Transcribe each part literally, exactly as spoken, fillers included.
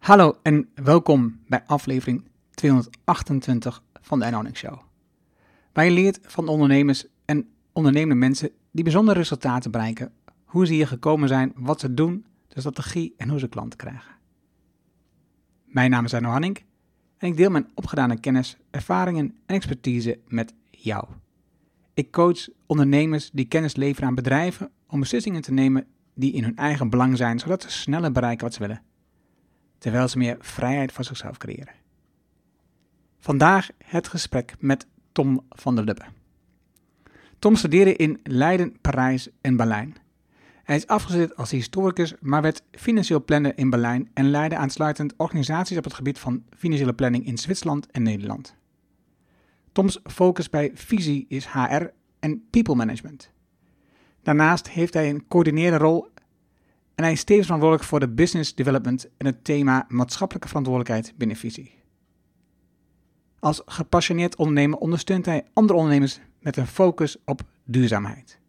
Hallo en welkom bij aflevering tweehonderdachtentwintig van de Ernhouding Show. Waar je leert van ondernemers en ondernemende mensen die bijzondere resultaten bereiken, hoe ze hier gekomen zijn, wat ze doen, de strategie en hoe ze klanten krijgen. Mijn naam is Arno Hanning en ik deel mijn opgedane kennis, ervaringen en expertise met jou. Ik coach ondernemers die kennis leveren aan bedrijven om beslissingen te nemen die in hun eigen belang zijn, zodat ze sneller bereiken wat ze willen, terwijl ze meer vrijheid voor zichzelf creëren. Vandaag het gesprek met Tom van der Lubbe. Tom studeerde in Leiden, Parijs en Berlijn. Hij is afgestudeerd als historicus, maar werd financieel planner in Berlijn en leidde aansluitend organisaties op het gebied van financiële planning in Zwitserland en Nederland. Toms focus bij Visie is H R en people management. Daarnaast heeft hij een coördinerende rol en hij is tevens verantwoordelijk voor de business development en het thema maatschappelijke verantwoordelijkheid binnen Visie. Als gepassioneerd ondernemer ondersteunt hij andere ondernemers met een focus op duurzaamheid.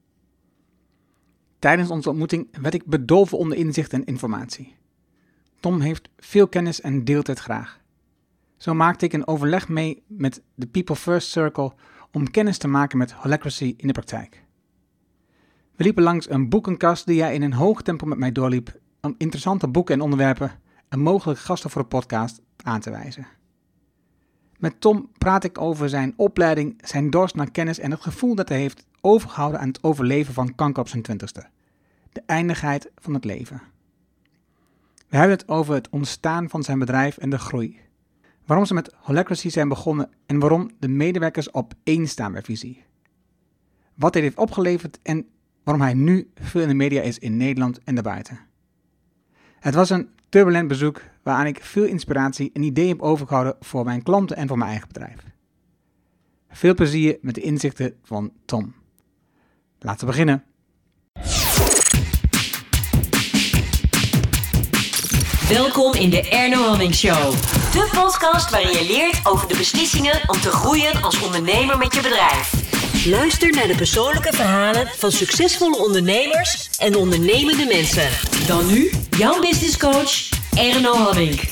Tijdens onze ontmoeting werd ik bedolven onder inzicht en informatie. Tom heeft veel kennis en deelt het graag. Zo maakte ik een overleg mee met de People First Circle om kennis te maken met Holacracy in de praktijk. We liepen langs een boekenkast die hij in een hoog tempo met mij doorliep om interessante boeken en onderwerpen en mogelijke gasten voor de podcast aan te wijzen. Met Tom praat ik over zijn opleiding, zijn dorst naar kennis en het gevoel dat hij heeft overgehouden aan het overleven van kanker op zijn twintigste. De eindigheid van het leven. We hebben het over het ontstaan van zijn bedrijf en de groei. Waarom ze met Holacracy zijn begonnen en waarom de medewerkers op één staan bij Visie. Wat dit heeft opgeleverd en waarom hij nu veel in de media is in Nederland en daarbuiten. Het was een turbulent bezoek waaraan ik veel inspiratie en ideeën heb overgehouden voor mijn klanten en voor mijn eigen bedrijf. Veel plezier met de inzichten van Tom. Laten we beginnen. Welkom in de Erno Hanning Show. De podcast waarin je leert over de beslissingen om te groeien als ondernemer met je bedrijf. Luister naar de persoonlijke verhalen van succesvolle ondernemers en ondernemende mensen. Dan nu, jouw business coach, Erno Hanning.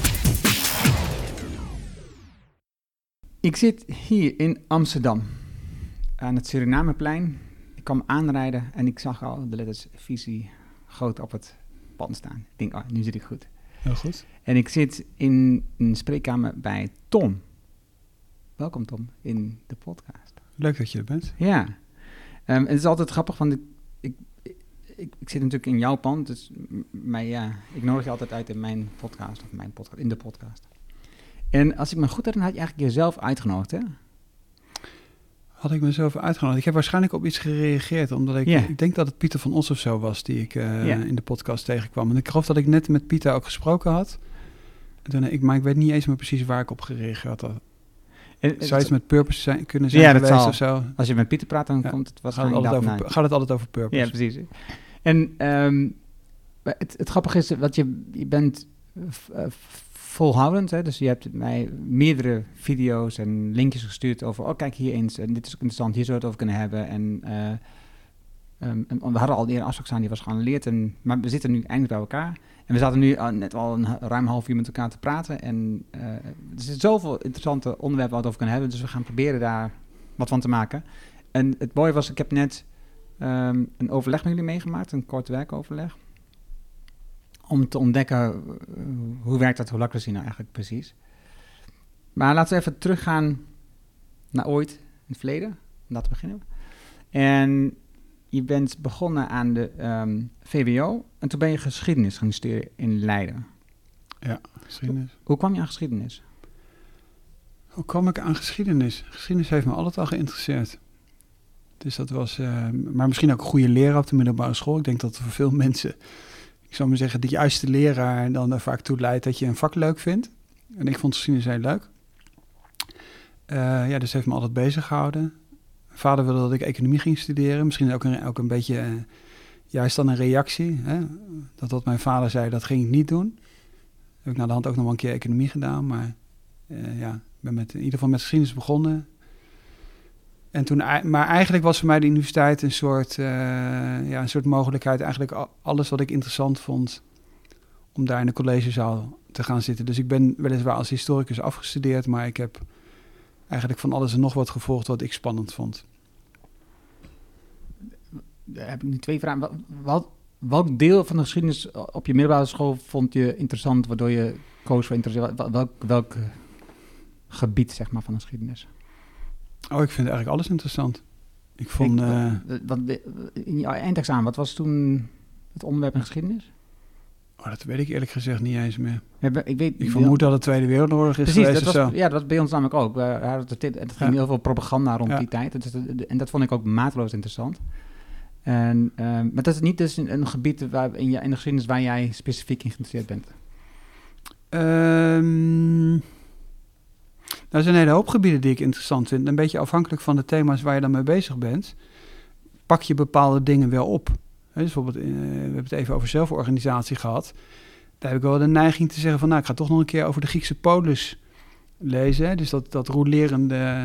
Ik zit hier in Amsterdam, aan het Surinameplein. Ik kwam aanrijden en ik zag al de letters Visie groot op het pand staan. Ik denk, oh, nu zit ik goed. Heel goed. En ik zit in een spreekkamer bij Tom. Welkom Tom, in de podcast. Leuk dat je er bent. Ja, um, het is altijd grappig, want ik, ik, ik, ik zit natuurlijk in jouw pand, dus maar ja, ik nodig je altijd uit in mijn podcast, of mijn podcast, in de podcast. En als ik me goed herinner, had je eigenlijk jezelf uitgenodigd, hè? Had ik mezelf uitgenodigd? Ik heb waarschijnlijk op iets gereageerd, omdat ik, yeah. ik denk dat het Pieter van Os of zo was die ik uh, yeah. in de podcast tegenkwam. En ik geloof dat ik net met Pieter ook gesproken had. En toen, ik, maar ik weet niet eens meer precies waar ik op gereageerd had. En, Zou iets met purpose zijn, kunnen zijn ja, geweest dat zal. of zo? Als je met Pieter praat, dan ja. komt het waarschijnlijk gaat het, over, gaat het altijd over purpose. Ja, precies. En um, het, het grappige is, dat je, je bent uh, volhoudend, hè? Dus je hebt mij meerdere video's en linkjes gestuurd over, oh kijk hier eens, en dit is ook interessant, hier zou je het over kunnen hebben. En, uh, um, en we hadden al eerder afspraak staan, die was geannuleerd, en, maar we zitten nu eindelijk bij elkaar. En we zaten nu uh, net al een ruim half uur met elkaar te praten. En uh, er zitten zoveel interessante onderwerpen waar we het over kunnen hebben. Dus we gaan proberen daar wat van te maken. En het mooie was, ik heb net um, een overleg met jullie meegemaakt. Een kort werkoverleg. Om te ontdekken, uh, hoe werkt dat Holacracy nou eigenlijk precies. Maar laten we even teruggaan naar ooit in het verleden. Laten we beginnen. En je bent begonnen aan de um, V W O en toen ben je geschiedenis gaan studeren in Leiden. Ja, geschiedenis. Hoe, hoe kwam je aan geschiedenis? Hoe kwam ik aan geschiedenis? Geschiedenis heeft me altijd al geïnteresseerd. Dus dat was, uh, maar misschien ook een goede leraar op de middelbare school. Ik denk dat voor veel mensen, ik zou maar zeggen, de juiste leraar dan er vaak toe leidt dat je een vak leuk vindt. En ik vond geschiedenis heel leuk. Uh, ja, dus heeft me altijd bezig gehouden. Mijn vader wilde dat ik economie ging studeren. Misschien ook een, ook een beetje, uh, juist dan een reactie. Hè? Dat wat mijn vader zei, dat ging ik niet doen. Heb ik na de hand ook nog wel een keer economie gedaan. Maar uh, ja, ik ben met, in ieder geval met geschiedenis begonnen. En toen, maar eigenlijk was voor mij de universiteit een soort, uh, ja, een soort mogelijkheid. Eigenlijk alles wat ik interessant vond, om daar in de collegezaal te gaan zitten. Dus ik ben weliswaar als historicus afgestudeerd, maar ik heb eigenlijk van alles en nog wat gevolgd wat ik spannend vond. Daar heb ik nu twee vragen. Wat, wat, welk deel van de geschiedenis op je middelbare school vond je interessant, waardoor je koos voor interessant? Welk, welk gebied, zeg maar, van de geschiedenis? Oh, ik vind eigenlijk alles interessant. Ik vond... Ik, uh, wat, in je eindexamen, wat was toen het onderwerp in geschiedenis? Oh, dat weet ik eerlijk gezegd niet eens meer. Ja, ik weet, ik vermoed dat de Tweede Wereldoorlog is precies, geweest dat was, of zo. Ja, dat was bij ons namelijk ook. Uh, het ging ja. heel veel propaganda rond ja. die tijd. Dat is, en dat vond ik ook mateloos interessant. En, uh, maar dat is niet dus een, een gebied waar, in, je, in de geschiedenis waar jij specifiek in geïnteresseerd bent? Um, er zijn een hele hoop gebieden die ik interessant vind. Een beetje afhankelijk van de thema's waar je dan mee bezig bent, pak je bepaalde dingen wel op. He, dus bijvoorbeeld, uh, we hebben het even over zelforganisatie gehad. Daar heb ik wel de neiging te zeggen van, nou, ik ga toch nog een keer over de Griekse polis lezen. Hè? Dus dat, dat rolerende,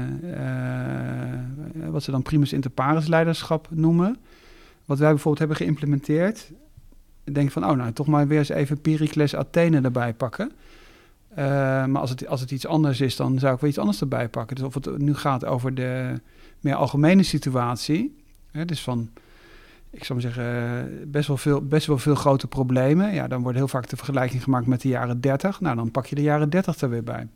uh, wat ze dan primus inter pares leiderschap noemen. Wat wij bijvoorbeeld hebben geïmplementeerd. Ik denk van, oh nou, toch maar weer eens even Pericles Athene erbij pakken. Uh, maar als het, als het iets anders is, dan zou ik wel iets anders erbij pakken. Dus of het nu gaat over de meer algemene situatie. Hè? Dus van, ik zou maar zeggen, best wel, veel, best wel veel grote problemen. Ja, dan wordt heel vaak de vergelijking gemaakt met de jaren dertig. Nou, dan pak je de jaren dertig er weer bij.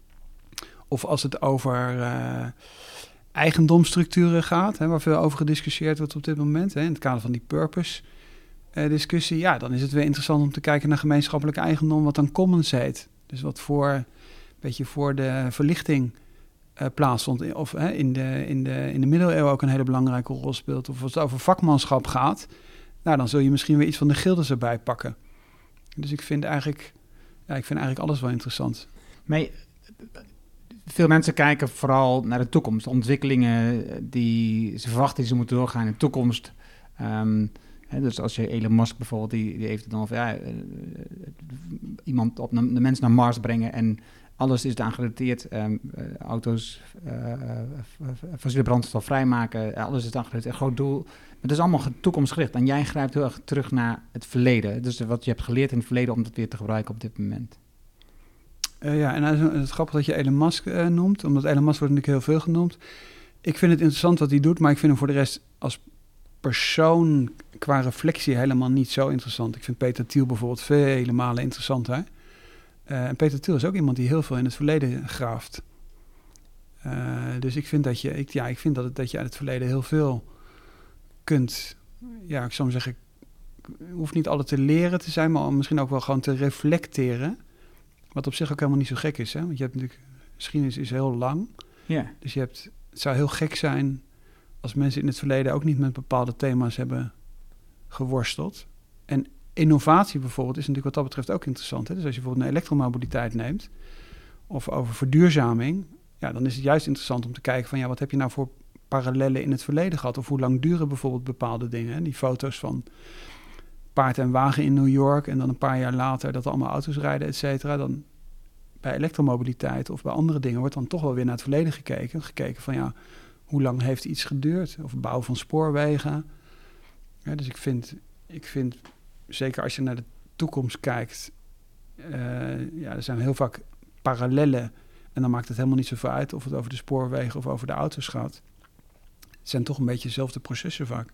Of als het over uh, eigendomsstructuren gaat, hè, waar veel over gediscussieerd wordt op dit moment, hè, in het kader van die purpose-discussie, uh, ja, dan is het weer interessant om te kijken naar gemeenschappelijk eigendom, wat dan commons heet. Dus wat voor, een beetje voor de verlichting uh, plaatsvond, of hè, in, de, in, de, in de middeleeuwen ook een hele belangrijke rol speelt. Of als het over vakmanschap gaat, nou, dan zul je misschien weer iets van de gildes erbij pakken. Dus ik vind eigenlijk, ja, ik vind eigenlijk alles wel interessant. Maar veel mensen kijken vooral naar de toekomst. Ontwikkelingen die ze verwachten die ze moeten doorgaan in de toekomst. Um, hè, dus als je Elon Musk bijvoorbeeld, die, die heeft het dan over ja, uh, iemand op de mens naar Mars brengen en alles is daar gerelateerd. Um, uh, auto's, uh, fossiele brandstof vrijmaken, uh, alles is daar gerelateerd. Een groot doel. Maar het is allemaal toekomstgericht. En jij grijpt heel erg terug naar het verleden. Dus wat je hebt geleerd in het verleden om dat weer te gebruiken op dit moment. Uh, ja, en het is grappig dat je Elon Musk uh, noemt, omdat Elon Musk wordt natuurlijk heel veel genoemd. Ik vind het interessant wat hij doet, maar ik vind hem voor de rest als persoon qua reflectie helemaal niet zo interessant. Ik vind Peter Thiel bijvoorbeeld vele malen interessanter. Uh, en Peter Thiel is ook iemand die heel veel in het verleden graaft. Uh, dus ik vind dat je, ik, ja, ik vind dat, het, dat je uit het verleden heel veel kunt, ja, ik zou maar zeggen, hoeft niet altijd te leren te zijn, maar misschien ook wel gewoon te reflecteren. Wat op zich ook helemaal niet zo gek is, hè? Want je hebt natuurlijk, geschiedenis is heel lang. Yeah. Dus je hebt, het zou heel gek zijn als mensen in het verleden ook niet met bepaalde thema's hebben geworsteld. En innovatie bijvoorbeeld is natuurlijk wat dat betreft ook interessant. Hè? Dus als je bijvoorbeeld een elektromobiliteit neemt, of over verduurzaming, ja, dan is het juist interessant om te kijken van, ja, wat heb je nou voor parallellen in het verleden gehad? Of hoe lang duren bijvoorbeeld bepaalde dingen? Hè? Die foto's van paard en wagen in New York en dan een paar jaar later dat er allemaal auto's rijden, et cetera. Dan bij elektromobiliteit of bij andere dingen wordt dan toch wel weer naar het verleden gekeken. Gekeken van, ja, hoe lang heeft iets geduurd? Of bouw van spoorwegen. Ja, dus ik vind, ik vind, zeker als je naar de toekomst kijkt, uh, ja, er zijn heel vaak parallellen en dan maakt het helemaal niet zoveel uit of het over de spoorwegen of over de auto's gaat. Het zijn toch een beetje dezelfde processen vaak.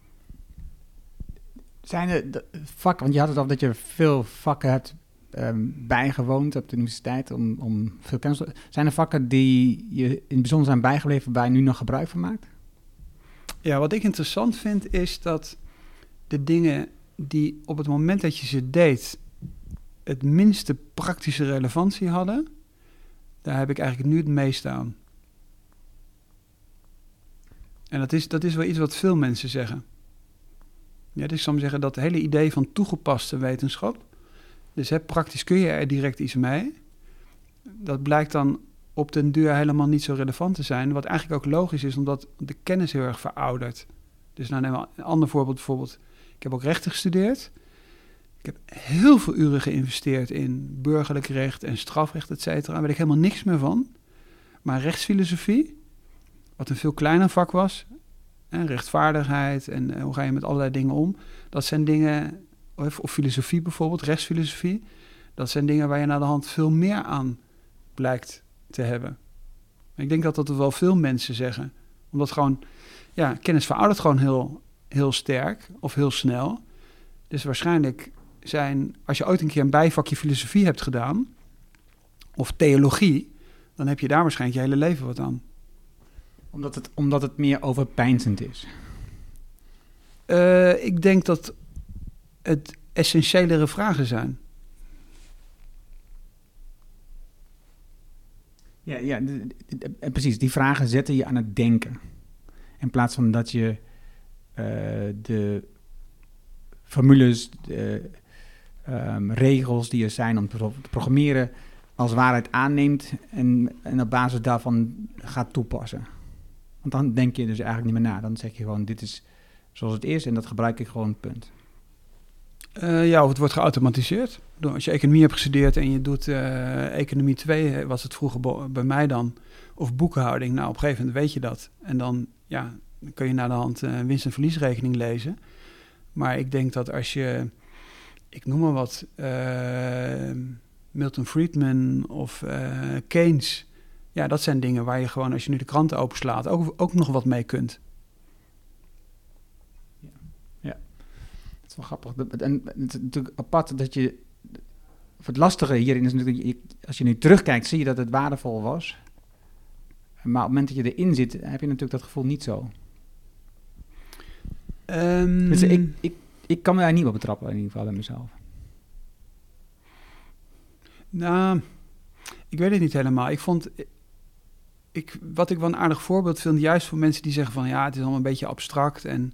Zijn er de vakken, want je had het al dat je veel vakken hebt um, bijgewoond op de universiteit om, om veel kennis te... Zijn er vakken die je in het bijzonder zijn bijgebleven waar je nu nog gebruik van maakt? Ja, wat ik interessant vind is dat de dingen die op het moment dat je ze deed het minste praktische relevantie hadden, daar heb ik eigenlijk nu het meest aan. En dat is, dat is wel iets wat veel mensen zeggen. Ja, dus ik zou maar zeggen dat hele idee van toegepaste wetenschap, dus hè, praktisch kun je er direct iets mee, dat blijkt dan op den duur helemaal niet zo relevant te zijn, wat eigenlijk ook logisch is, omdat de kennis heel erg veroudert. Dus nou neem een ander voorbeeld, bijvoorbeeld, ik heb ook rechten gestudeerd. Ik heb heel veel uren geïnvesteerd in burgerlijk recht en strafrecht, et cetera. Daar weet ik helemaal niks meer van. Maar rechtsfilosofie, wat een veel kleiner vak was, en rechtvaardigheid en uh, hoe ga je met allerlei dingen om, dat zijn dingen, of, of filosofie bijvoorbeeld, rechtsfilosofie, Dat zijn dingen waar je naar de hand veel meer aan blijkt te hebben. Ik denk dat dat er wel veel mensen zeggen. Omdat gewoon, ja, kennis veroudert gewoon heel, heel sterk of heel snel. Dus waarschijnlijk zijn, als je ooit een keer een bijvakje filosofie hebt gedaan, of theologie, dan heb je daar waarschijnlijk je hele leven wat aan. Omdat het, omdat het meer overpeinzend is. Uh, ik denk dat het essentiëlere vragen zijn. Ja, ja d- d- d- precies. Die vragen zetten je aan het denken. In plaats van dat je uh, de formules, de um, regels die er zijn om te programmeren, als waarheid aanneemt en, en op basis daarvan gaat toepassen. Want dan denk je dus eigenlijk niet meer na. Dan zeg je gewoon, dit is zoals het is en dat gebruik ik gewoon, punt. Uh, ja, of het wordt geautomatiseerd. Als je economie hebt gestudeerd en je doet uh, economie twee, was het vroeger bo- bij mij dan, of boekhouding. Nou, op een gegeven moment weet je dat. En dan, ja, dan kun je naar de hand uh, winst- en verliesrekening lezen. Maar ik denk dat als je, ik noem maar wat, uh, Milton Friedman of uh, Keynes, ja, dat zijn dingen waar je gewoon, als je nu de kranten openslaat, ook, ook nog wat mee kunt. Dat is wel grappig. En het is natuurlijk apart dat je... Het lastige hierin is natuurlijk... Als je nu terugkijkt, zie je dat het waardevol was. Maar op het moment dat je erin zit, heb je natuurlijk dat gevoel niet zo. Um, dus ik, ik, ik kan me daar niet op betrappen, in ieder geval bij mezelf. Nou, ik weet het niet helemaal. Ik vond... Ik, wat ik wel een aardig voorbeeld vind, juist voor mensen die zeggen van... ja, het is allemaal een beetje abstract en...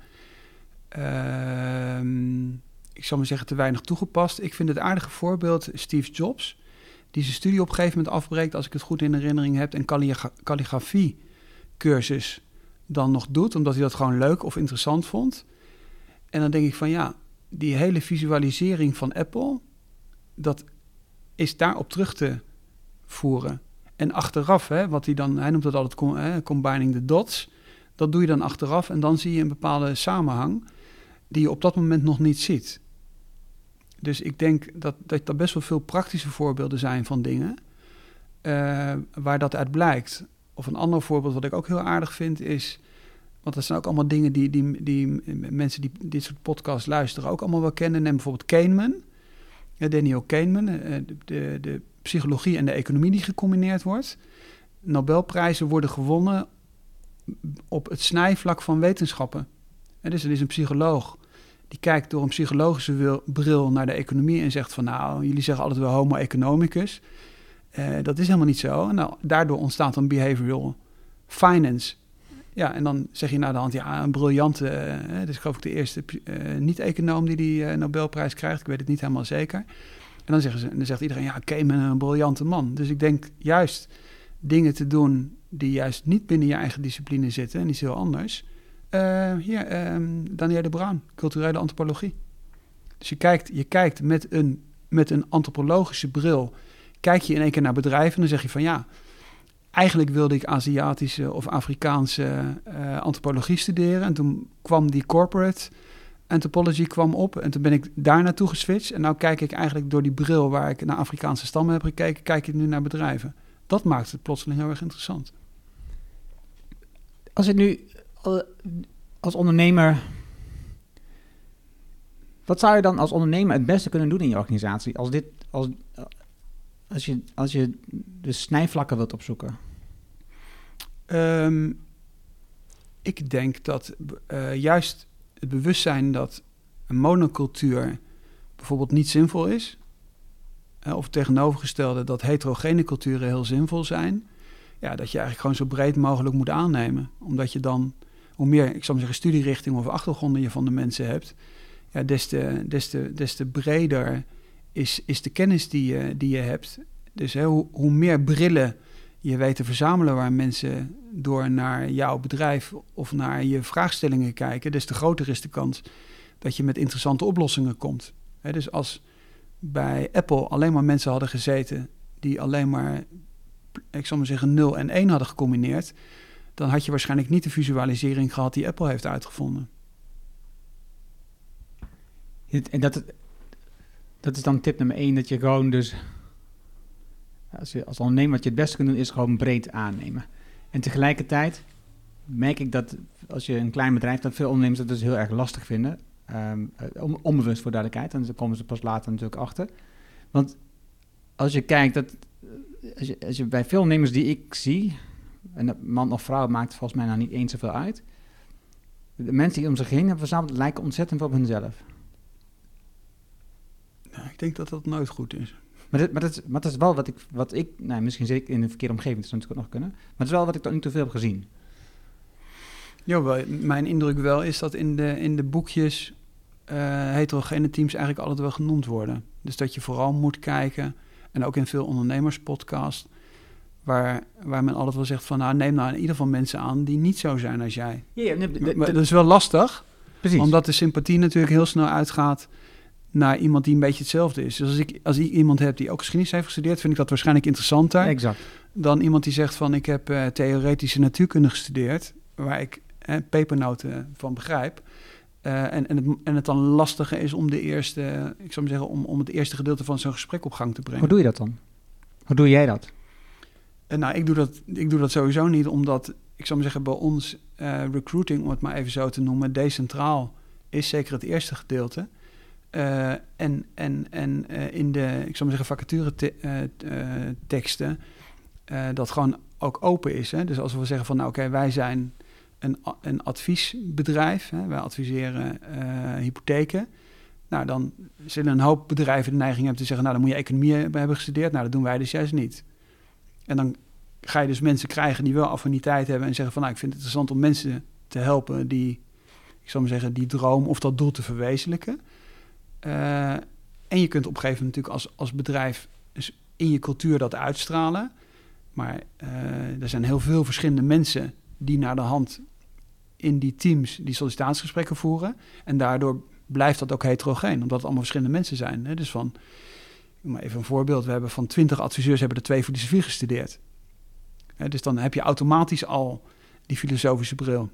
Uh, ik zal maar zeggen, te weinig toegepast. Ik vind het aardige voorbeeld Steve Jobs, die zijn studie op een gegeven moment afbreekt, als ik het goed in herinnering heb, en kalligra- kalligrafie cursus dan nog doet, omdat hij dat gewoon leuk of interessant vond. En dan denk ik van ja, die hele visualisering van Apple, dat is daarop terug te voeren. En achteraf, hè, wat hij dan, hij noemt dat altijd com- hè, combining the dots, dat doe je dan achteraf en dan zie je een bepaalde samenhang die je op dat moment nog niet ziet. Dus ik denk dat, dat er best wel veel praktische voorbeelden zijn van dingen uh, waar dat uit blijkt. Of een ander voorbeeld wat ik ook heel aardig vind is, want dat zijn ook allemaal dingen die, die, die mensen die dit soort podcasts luisteren ook allemaal wel kennen. Neem bijvoorbeeld Kahneman, ja, Daniel Kahneman, uh, de, de, de psychologie en de economie die gecombineerd wordt. Nobelprijzen worden gewonnen op het snijvlak van wetenschappen. En dus er is een psycholoog die kijkt door een psychologische wil, bril naar de economie en zegt van nou, jullie zeggen altijd wel homo economicus. Uh, dat is helemaal niet zo. En nou, daardoor ontstaat dan behavioral finance. Ja, en dan zeg je naar de hand, ja, een briljante, uh, dit is geloof ik de eerste uh, niet-econoom die die uh, Nobelprijs krijgt. Ik weet het niet helemaal zeker. En dan, zeggen ze, en dan zegt iedereen, ja, Kahneman, een briljante man. Dus ik denk juist dingen te doen die juist niet binnen je eigen discipline zitten, en iets heel anders. Uh, hier, um, Daniel de Bruin, culturele antropologie. Dus je kijkt, je kijkt met, een, met een antropologische bril, kijk je in één keer naar bedrijven en dan zeg je van ja, eigenlijk wilde ik Aziatische of Afrikaanse uh, antropologie studeren. En toen kwam die corporate anthropology kwam op en toen ben ik daar naartoe geswitcht. En nou kijk ik eigenlijk door die bril waar ik naar Afrikaanse stammen heb gekeken, kijk ik nu naar bedrijven. Dat maakt het plotseling heel erg interessant. Als ik nu als ondernemer, wat zou je dan als ondernemer het beste kunnen doen in je organisatie? Als dit, als, als je, als je de snijvlakken wilt opzoeken. Um, ik denk dat uh, juist het bewustzijn dat een monocultuur bijvoorbeeld niet zinvol is, uh, of het tegenovergestelde dat heterogene culturen heel zinvol zijn, ja, dat je eigenlijk gewoon zo breed mogelijk moet aannemen. Omdat je dan, hoe meer, ik zal maar zeggen, studierichting of achtergronden je van de mensen hebt, ja, des te, des te, des te breder is, is de kennis die je, die je hebt. Dus hè, hoe, hoe meer brillen je weet te verzamelen waar mensen door naar jouw bedrijf of naar je vraagstellingen kijken, des te groter is de kans dat je met interessante oplossingen komt. Hè, dus als bij Apple alleen maar mensen hadden gezeten die alleen maar, ik zal maar zeggen, nul en één hadden gecombineerd, dan had je waarschijnlijk niet de visualisering gehad die Apple heeft uitgevonden. En dat, dat dat is dan tip nummer één, dat je gewoon dus, als je als ondernemer wat je het beste kunt doen, is gewoon breed aannemen. En tegelijkertijd merk ik dat als je een klein bedrijf, dat veel ondernemers dat dus heel erg lastig vinden. Um, on, onbewust voor duidelijkheid, en dan komen ze pas later natuurlijk achter. Want als je kijkt, dat, als, je, als je bij veel ondernemers die ik zie, en man of vrouw maakt volgens mij nou niet eens zoveel uit, de mensen die om zich heen hebben verzameld, lijken ontzettend op hunzelf. Nou, ik denk dat dat nooit goed is. Maar dat, maar dat, is, maar dat is wel wat ik, wat ik nou, misschien zit ik in de verkeerde omgeving, dat zou natuurlijk ook nog kunnen, maar dat is wel wat ik tot nu toe veel heb gezien. Ja, wel, mijn indruk wel is dat in de, in de boekjes uh, heterogene teams eigenlijk altijd wel genoemd worden. Dus dat je vooral moet kijken, en ook in veel ondernemerspodcasts, waar, waar men altijd wel zegt van, nou, neem nou in ieder geval mensen aan die niet zo zijn als jij. Ja, nee, de, de, maar dat is wel lastig, precies. Omdat de sympathie natuurlijk heel snel uitgaat naar iemand die een beetje hetzelfde is. Dus als ik, als ik iemand heb die ook geschiedenis heeft gestudeerd, vind ik dat waarschijnlijk interessanter exact. Dan iemand die zegt van, ik heb uh, theoretische natuurkunde gestudeerd, waar ik uh, pepernoten van begrijp. Uh, en, en, het, en het dan lastiger is om de eerste, ik zou maar zeggen, om, om het eerste gedeelte van zo'n gesprek op gang te brengen. Hoe doe je dat dan? Hoe doe jij dat? Uh, nou, ik doe dat, ik doe dat sowieso niet, omdat, ik zou maar zeggen, bij ons uh, recruiting, om het maar even zo te noemen, decentraal is zeker het eerste gedeelte. Uh, en en, en uh, in de, ik zou maar zeggen, vacature te, uh, uh, teksten, uh, dat gewoon ook open is. Hè? Dus als we zeggen van, nou oké, okay, wij zijn een, een adviesbedrijf, hè? Wij adviseren uh, hypotheken. Nou, dan zullen een hoop bedrijven de neiging hebben te zeggen, nou, dan moet je economie hebben gestudeerd. Nou, dat doen wij dus juist niet. En dan ga je dus mensen krijgen die wel affiniteit hebben en zeggen van, nou, ik vind het interessant om mensen te helpen die, ik zou maar zeggen, die droom of dat doel te verwezenlijken. Uh, en je kunt op een gegeven moment natuurlijk als, als bedrijf dus in je cultuur dat uitstralen. Maar uh, er zijn heel veel verschillende mensen die naar de hand in die teams die sollicitatiegesprekken voeren. En daardoor blijft dat ook heterogeen, omdat het allemaal verschillende mensen zijn. Hè? Dus van, maar even een voorbeeld, we hebben van twintig adviseurs hebben er twee filosofie gestudeerd. Hè? Dus dan heb je automatisch al die filosofische bril.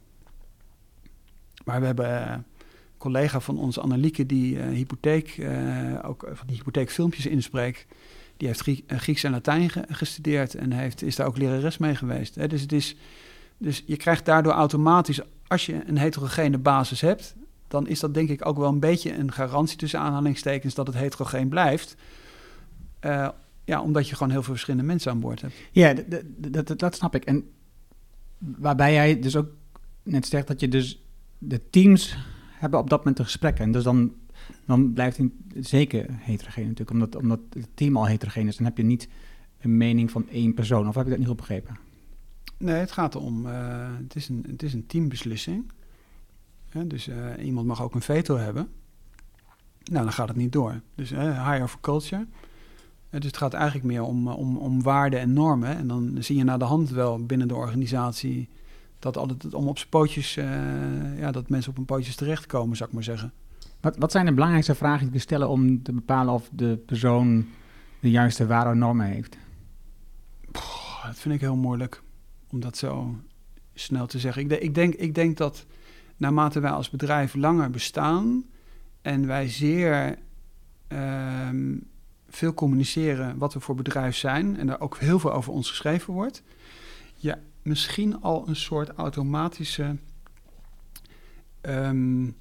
Maar we hebben uh, een collega van ons, Annelieke, die uh, hypotheek, uh, ook van die hypotheekfilmpjes inspreekt. Die heeft Griek, uh, Grieks en Latijn ge- gestudeerd en heeft, is daar ook lerares mee geweest. Hè? Dus, het is, dus je krijgt daardoor automatisch, als je een heterogene basis hebt, dan is dat denk ik ook wel een beetje een garantie tussen aanhalingstekens dat het heterogeen blijft. Uh, ja, omdat je gewoon heel veel verschillende mensen aan boord hebt. Ja, d- d- d- d- dat snap ik. En waarbij jij dus ook net zegt dat je dus de teams hebben op dat moment een gesprek. En dus dan, dan blijft het zeker heterogeen natuurlijk. Omdat, omdat het team al heterogeen is, dan heb je niet een mening van één persoon. Of heb ik dat niet goed begrepen? Nee, het gaat erom, uh, het, is een, het is een teambeslissing. Ja, dus uh, iemand mag ook een veto hebben. Nou, dan gaat het niet door. Dus uh, hire for culture. Uh, dus het gaat eigenlijk meer om, om, om waarden en normen. En dan zie je naar de hand wel binnen de organisatie dat altijd om op zijn pootjes, uh, ja, dat mensen op hun pootjes terechtkomen, zou ik maar zeggen. Wat, wat zijn de belangrijkste vragen die je stellen om te bepalen of de persoon de juiste waarden en normen heeft? Poh, dat vind ik heel moeilijk om dat zo snel te zeggen. Ik, de, ik, denk, ik denk dat naarmate wij als bedrijf langer bestaan en wij zeer uh, veel communiceren wat we voor bedrijf zijn en daar ook heel veel over ons geschreven wordt, ja, misschien al een soort automatische um,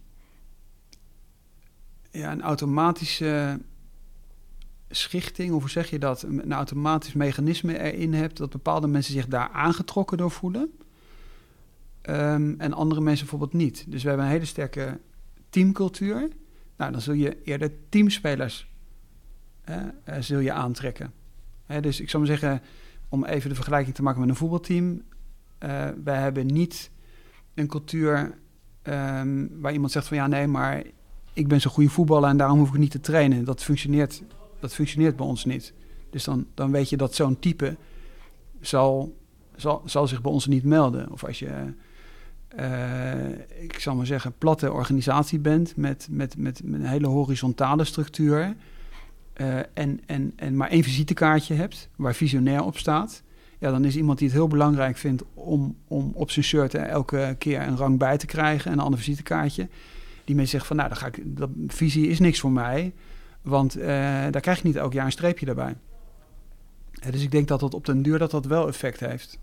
ja, een automatische schichting, of hoe zeg je dat, een automatisch mechanisme erin hebt dat bepaalde mensen zich daar aangetrokken door voelen. Um, en andere mensen bijvoorbeeld niet. Dus we hebben een hele sterke teamcultuur. Nou, dan zul je eerder teamspelers uh, uh, zul je aantrekken. Hè, dus ik zou maar zeggen, om even de vergelijking te maken met een voetbalteam. Uh, wij hebben niet een cultuur um, waar iemand zegt van ja, nee, maar ik ben zo'n goede voetballer en daarom hoef ik niet te trainen. Dat functioneert, dat functioneert bij ons niet. Dus dan, dan weet je dat zo'n type zal, zal, zal zich bij ons niet melden. Of als je Uh, ik zal maar zeggen, platte organisatie bent met, met, met, met een hele horizontale structuur uh, en, en, en maar één visitekaartje hebt waar visionair op staat, ja, dan is iemand die het heel belangrijk vindt om, om op zijn shirt elke keer een rang bij te krijgen en een ander visitekaartje. Die mensen zegt van, nou, dan ga ik, dat visie is niks voor mij, Want uh, daar krijg je niet elk jaar een streepje daarbij. Uh, dus ik denk dat dat op den duur dat dat wel effect heeft.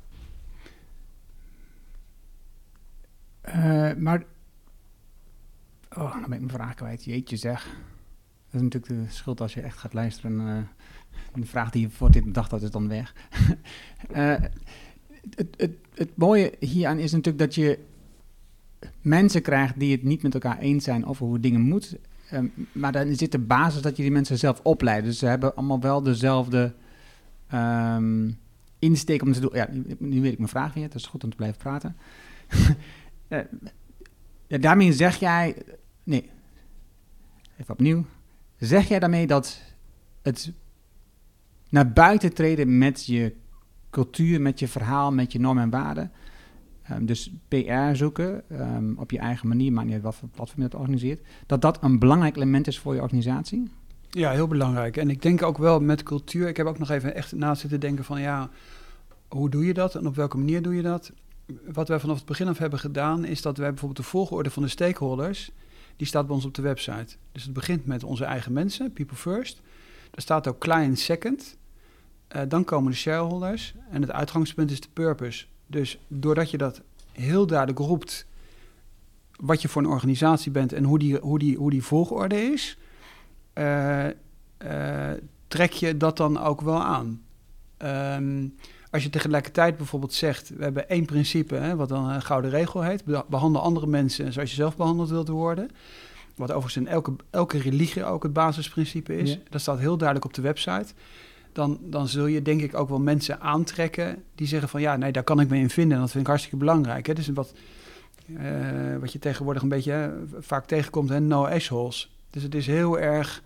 Uh, maar... Oh, dan ben ik mijn vraag kwijt. Jeetje zeg. Dat is natuurlijk de schuld als je echt gaat luisteren. Uh, een vraag die je voor dit bedacht had, is dan weg. uh, het, het, het mooie hieraan is natuurlijk dat je mensen krijgt die het niet met elkaar eens zijn over hoe dingen moeten. Um, maar dan zit de basis dat je die mensen zelf opleidt. Dus ze hebben allemaal wel dezelfde um, insteek om te doen. Ja, nu weet ik mijn vraag weer. Het is goed om te blijven praten. uh, ja, daarmee zeg jij... Nee, even opnieuw. Zeg jij daarmee dat het naar buiten treden met je cultuur, met je verhaal, met je normen en waarden... Um, dus P R zoeken um, op je eigen manier, maakt niet uit wat voor platform je dat organiseert, dat dat een belangrijk element is voor je organisatie? Ja, heel belangrijk. En ik denk ook wel met cultuur, ik heb ook nog even echt na zitten denken van ja, hoe doe je dat en op welke manier doe je dat? Wat wij vanaf het begin af hebben gedaan, is dat wij bijvoorbeeld de volgorde van de stakeholders, die staat bij ons op de website. Dus het begint met onze eigen mensen, people first. Daar staat ook client second. Uh, dan komen de shareholders en het uitgangspunt is de purpose. Dus doordat je dat heel duidelijk roept, wat je voor een organisatie bent en hoe die, hoe die, hoe die volgorde is, uh, uh, trek je dat dan ook wel aan. Um, als je tegelijkertijd bijvoorbeeld zegt, we hebben één principe, hè, wat dan een gouden regel heet, behandel andere mensen zoals je zelf behandeld wilt worden, wat overigens in elke, elke religie ook het basisprincipe is, ja. Dat staat heel duidelijk op de website. Dan, dan zul je denk ik ook wel mensen aantrekken die zeggen van ja, nee, daar kan ik me in vinden. En dat vind ik hartstikke belangrijk. Hè? Dus wat, uh, wat je tegenwoordig een beetje hè, vaak tegenkomt, hè, no assholes. Dus het is heel erg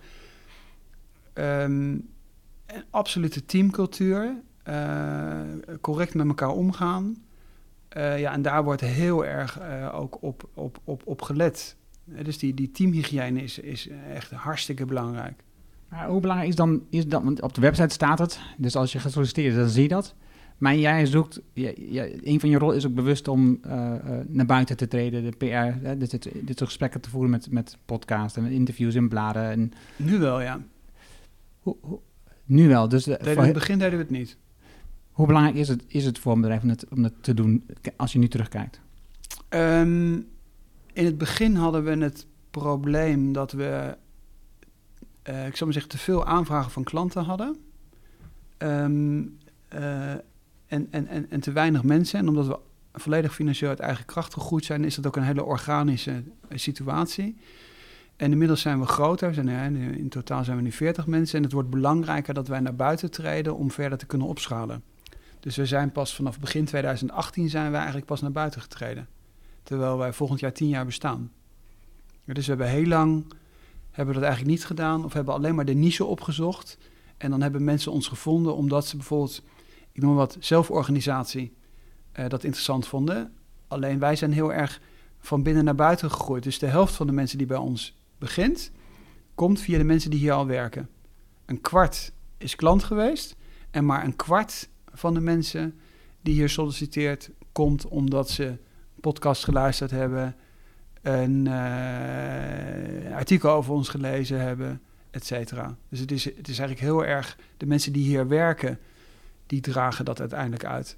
um, een absolute teamcultuur. Uh, correct met elkaar omgaan. Uh, ja, en daar wordt heel erg uh, ook op, op, op, op gelet. Uh, dus die, die teamhygiëne is, is echt hartstikke belangrijk. Maar hoe belangrijk is dan, is dat, want op de website staat het, dus als je gaat solliciteren, dan zie je dat. Maar jij zoekt, ja, ja, een van je rollen is ook bewust om uh, uh, naar buiten te treden, de P R, hè, dit, dit, dit soort gesprekken te voeren met, met podcasts en interviews in bladen. En, nu wel, ja. Hoe, hoe, nu wel. Dus de, in het begin deden we het niet. Hoe belangrijk is het, is het voor een bedrijf om het, om het te doen als je nu terugkijkt? Um, in het begin hadden we het probleem dat we... Uh, ik zou maar zeggen, te veel aanvragen van klanten hadden. Um, uh, en, en, en, en te weinig mensen. En omdat we volledig financieel uit eigen kracht gegroeid zijn, is dat ook een hele organische uh, situatie. En inmiddels zijn we groter. We zijn, uh, in totaal zijn we nu veertig mensen. En het wordt belangrijker dat wij naar buiten treden om verder te kunnen opschalen. Dus we zijn pas vanaf begin twintig achttien zijn we eigenlijk pas naar buiten getreden. Terwijl wij volgend jaar tien jaar bestaan. Ja, dus we hebben heel lang... hebben we dat eigenlijk niet gedaan of hebben alleen maar de niche opgezocht. En dan hebben mensen ons gevonden omdat ze bijvoorbeeld, ik noem wat, zelforganisatie uh, dat interessant vonden. Alleen wij zijn heel erg van binnen naar buiten gegroeid. Dus de helft van de mensen die bij ons begint, komt via de mensen die hier al werken. Een kwart is klant geweest en maar een kwart van de mensen die hier solliciteert, komt omdat ze podcast geluisterd hebben, een uh, artikel over ons gelezen hebben, et cetera. Dus het is, het is eigenlijk heel erg... de mensen die hier werken, die dragen dat uiteindelijk uit.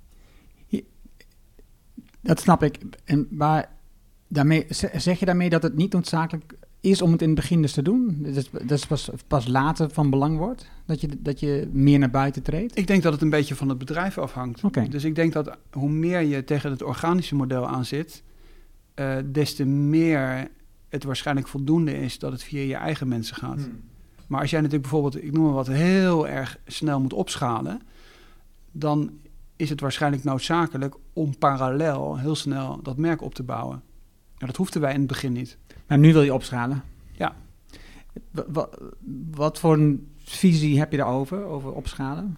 Dat snap ik. En, maar daarmee, zeg je daarmee dat het niet noodzakelijk is om het in het begin dus te doen? Dat is, dat is pas, pas later van belang wordt? Dat je, dat je meer naar buiten treedt? Ik denk dat het een beetje van het bedrijf afhangt. Okay. Dus ik denk dat hoe meer je tegen het organische model aan zit, Uh, des te meer het waarschijnlijk voldoende is dat het via je eigen mensen gaat. Hmm. Maar als jij natuurlijk bijvoorbeeld, ik noem maar wat, heel erg snel moet opschalen, dan is het waarschijnlijk noodzakelijk om parallel heel snel dat merk op te bouwen. Nou, dat hoefden wij in het begin niet. Maar nu wil je opschalen? Ja. W- w- wat voor een visie heb je daarover, over opschalen?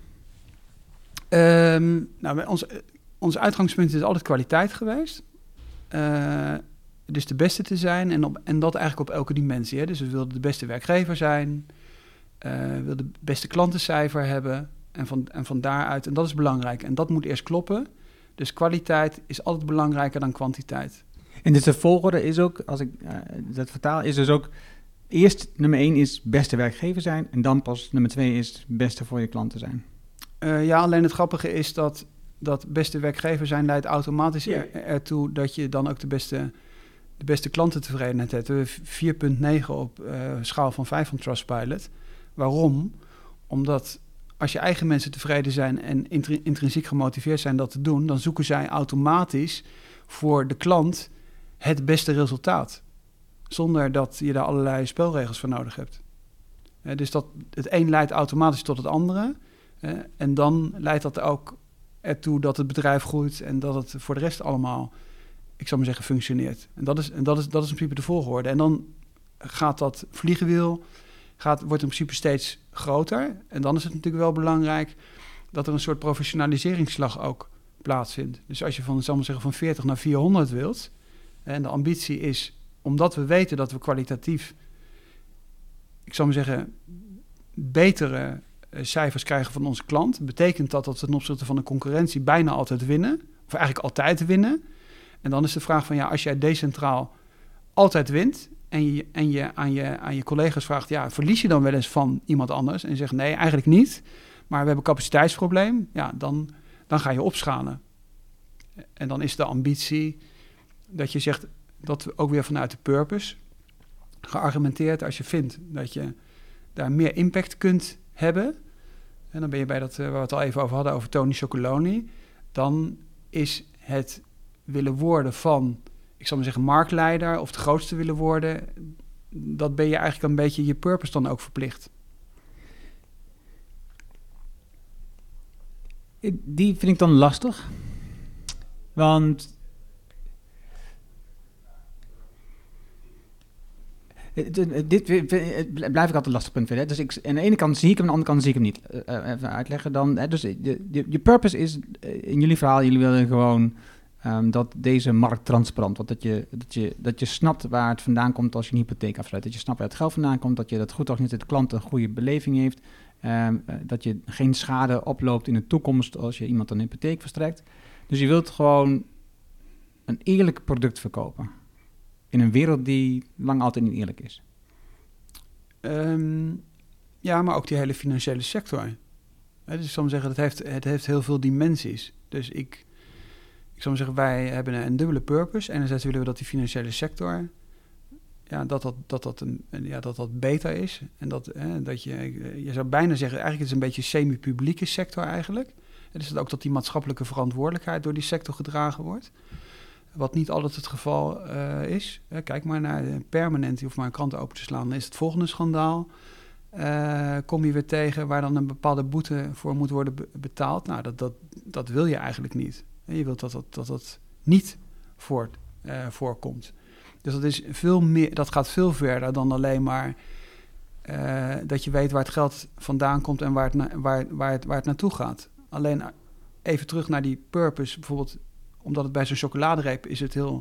Um, nou, ons, ons uitgangspunt is altijd kwaliteit geweest. Uh, dus de beste te zijn en, op, en dat eigenlijk op elke dimensie. Hè? Dus we wilden de beste werkgever zijn, uh, we wilden de beste klantencijfer hebben en van, en van daaruit, en dat is belangrijk. En dat moet eerst kloppen. Dus kwaliteit is altijd belangrijker dan kwantiteit. En dus de volgorde is ook, als ik uh, dat vertaal, is dus ook eerst nummer één is beste werkgever zijn en dan pas nummer twee is beste voor je klanten zijn. Uh, ja, alleen het grappige is dat dat beste werkgever zijn leidt automatisch Ja. er, ertoe dat je dan ook de beste, de beste klantentevredenheid hebt. We hebben vier komma negen op uh, schaal van vijf van Trustpilot. Waarom? Omdat als je eigen mensen tevreden zijn en intri- intrinsiek gemotiveerd zijn dat te doen, dan zoeken zij automatisch voor de klant het beste resultaat. Zonder dat je daar allerlei spelregels voor nodig hebt. Uh, dus dat het een leidt automatisch tot het andere. Uh, en dan leidt dat ook ertoe dat het bedrijf groeit en dat het voor de rest allemaal, ik zou maar zeggen, functioneert. En dat is, en dat is, dat is in principe de volgorde. En dan gaat dat vliegenwiel, gaat, wordt in principe steeds groter. En dan is het natuurlijk wel belangrijk dat er een soort professionaliseringsslag ook plaatsvindt. Dus als je van, zal maar zeggen, van veertig naar vierhonderd wilt, en de ambitie is, omdat we weten dat we kwalitatief, ik zou maar zeggen, betere cijfers krijgen van onze klant, betekent dat dat we ten opzichte van de concurrentie bijna altijd winnen, of eigenlijk altijd winnen. En dan is de vraag van, ja, als jij decentraal altijd wint en je, en je, aan, je aan je collega's vraagt, ja, verlies je dan wel eens van iemand anders? En je zegt, nee, eigenlijk niet, maar we hebben een capaciteitsprobleem, ja, dan, dan ga je opschalen. En dan is de ambitie dat je zegt, dat we ook weer vanuit de purpose, geargumenteerd, als je vindt dat je daar meer impact kunt hebben, en dan ben je bij dat, uh, waar we het al even over hadden, over Tony Chocolonely, dan is het willen worden van, ik zal maar zeggen, marktleider of de grootste willen worden, dat ben je eigenlijk een beetje je purpose dan ook verplicht. Die vind ik dan lastig, want Dit, dit blijf ik altijd een lastig punt vinden. Hè? Dus ik, aan de ene kant zie ik hem, aan de andere kant zie ik hem niet. Uh, even uitleggen dan. Hè? Dus je, je, je purpose is, in jullie verhaal, jullie willen gewoon um, dat deze markt transparant wordt. Dat je, dat, je, dat je snapt waar het vandaan komt als je een hypotheek afsluit. Dat je snapt waar het geld vandaan komt. Dat je dat goed organiseert, dat de klant een goede beleving heeft. Um, uh, dat je geen schade oploopt in de toekomst als je iemand een hypotheek verstrekt. Dus je wilt gewoon een eerlijk product verkopen. In een wereld die lang altijd niet eerlijk is. Um, ja, maar ook die hele financiële sector. He, dus ik zal maar zeggen, het heeft, het heeft heel veel dimensies. Dus ik, ik zal maar zeggen, wij hebben een dubbele purpose. Enerzijds willen we dat die financiële sector, ja, dat dat, dat, dat, een, ja, dat, dat beter is. En dat, hè, dat je, je zou bijna zeggen, eigenlijk is het een beetje een semi-publieke sector eigenlijk. En dus dat ook dat die maatschappelijke verantwoordelijkheid door die sector gedragen wordt. Wat niet altijd het geval uh, is. Uh, kijk maar naar Permanent, die hoeft maar een krant open te slaan. Dan is het volgende schandaal. Uh, kom je weer tegen waar dan een bepaalde boete voor moet worden be- betaald. Nou, dat, dat, dat wil je eigenlijk niet. Je wilt dat dat, dat, dat niet voor, uh, voorkomt. Dus dat, is veel meer, dat gaat veel verder dan alleen maar uh, dat je weet waar het geld vandaan komt en waar het, na, waar, waar het, waar het naartoe gaat. Alleen even terug naar die purpose, bijvoorbeeld, omdat het bij zo'n chocoladereep is het heel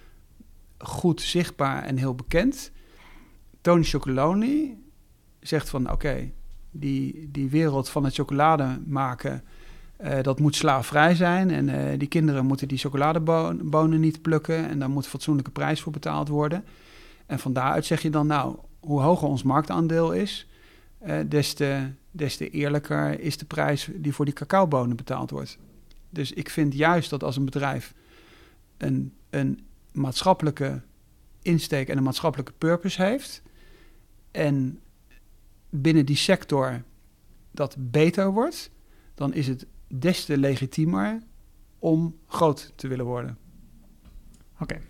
goed zichtbaar en heel bekend. Tony Chocolonely zegt van, oké, okay, die, die wereld van het chocolade maken, uh, dat moet slaafvrij zijn. En uh, die kinderen moeten die chocoladebonen niet plukken en daar moet een fatsoenlijke prijs voor betaald worden. En van daaruit zeg je dan, nou, hoe hoger ons marktaandeel is, uh, des te, des te eerlijker is de prijs die voor die cacaobonen betaald wordt. Dus ik vind juist dat als een bedrijf een, een maatschappelijke insteek en een maatschappelijke purpose heeft en binnen die sector dat beter wordt, dan is het des te legitiemer om groot te willen worden. Oké. Okay.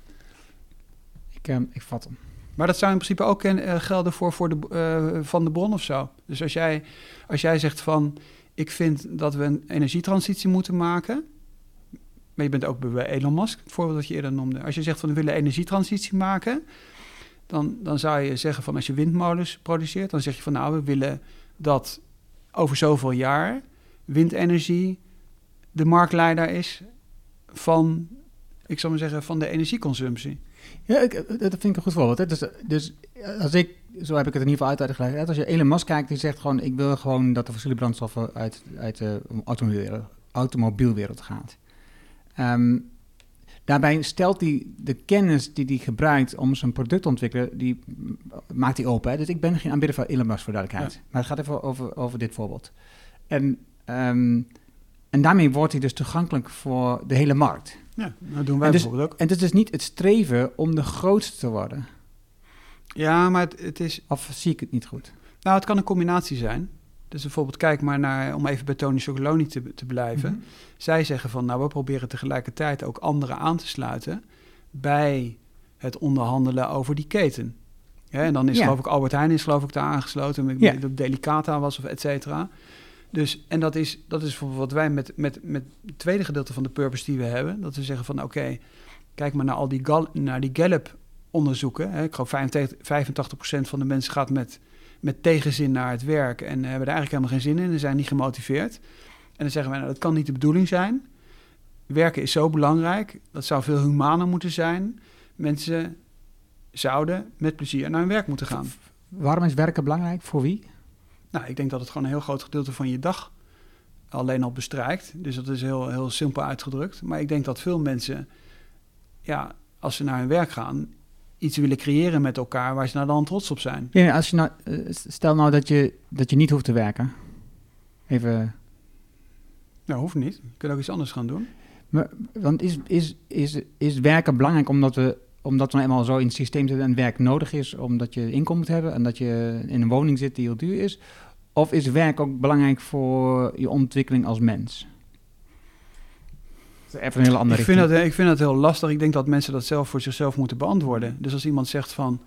Ik, uh, ik vat hem. Maar dat zou in principe ook uh, gelden voor, voor de, uh, Van de Bron of zo. Dus als jij, als jij zegt van, ik vind dat we een energietransitie moeten maken, maar je bent ook bij Elon Musk, het voorbeeld dat je eerder noemde. Als je zegt van, we willen energietransitie maken, dan, dan zou je zeggen van, als je windmolens produceert, dan zeg je van, nou, we willen dat over zoveel jaar windenergie de marktleider is van, ik zal maar zeggen, van de energieconsumptie. Ja, ik, dat vind ik een goed voorbeeld. Hè. Dus, dus als ik, zo heb ik het in ieder geval uit uitgelegd. Als je Elon Musk kijkt, die zegt gewoon, ik wil gewoon dat de fossiele brandstoffen uit, uit de automobielwereld, automobielwereld gaat. Um, daarbij stelt hij de kennis die hij gebruikt om zijn product te ontwikkelen, die maakt hij open. Hè? Dus ik ben geen aanbidder van Elon Musk, voor duidelijkheid. Ja. Maar het gaat even over, over dit voorbeeld. En, um, en daarmee wordt hij dus toegankelijk voor de hele markt. Ja, dat doen wij dus, bijvoorbeeld ook. En het is dus niet het streven om de grootste te worden. Ja, maar het, het is... Of zie ik het niet goed? Nou, het kan een combinatie zijn. Dus bijvoorbeeld, kijk maar naar, om even bij Tony Chocolonely te, te blijven. Mm-hmm. Zij zeggen van, nou, we proberen tegelijkertijd ook anderen aan te sluiten bij het onderhandelen over die keten. Ja, en dan is ja. geloof ik Albert Heijn is geloof ik daar aangesloten, met ja. dat Delicata was of et cetera. Dus, en dat is, dat is bijvoorbeeld wat wij met, met, met het tweede gedeelte van de purpose die we hebben. Dat we zeggen van, oké, okay, kijk maar naar al die, gal, naar die Gallup-onderzoeken. Hè. Ik geloof vijfentachtig procent van de mensen gaat met... met tegenzin naar het werk en hebben er eigenlijk helemaal geen zin in en zijn niet gemotiveerd. En dan zeggen wij, nou, dat kan niet de bedoeling zijn. Werken is zo belangrijk, dat zou veel humaner moeten zijn. Mensen zouden met plezier naar hun werk moeten gaan. Waarom is werken belangrijk? Voor wie? Nou, ik denk dat het gewoon een heel groot gedeelte van je dag alleen al bestrijkt. Dus dat is heel, heel simpel uitgedrukt. Maar ik denk dat veel mensen, ja, als ze naar hun werk gaan, iets willen creëren met elkaar waar ze nou dan trots op zijn. Ja, als je nou, stel nou dat je, dat je niet hoeft te werken. Even... Nou, hoeft niet. Je kunt ook iets anders gaan doen. Maar, want is, is, is, is werken belangrijk omdat we, omdat we nou eenmaal zo in het systeem zitten en werk nodig is, omdat je inkomen moet hebben en dat je in een woning zit die heel duur is? Of is werk ook belangrijk voor je ontwikkeling als mens? Even een hele andere ik vind, dat, ik vind dat heel lastig. Ik denk dat mensen dat zelf voor zichzelf moeten beantwoorden. Dus als iemand zegt van,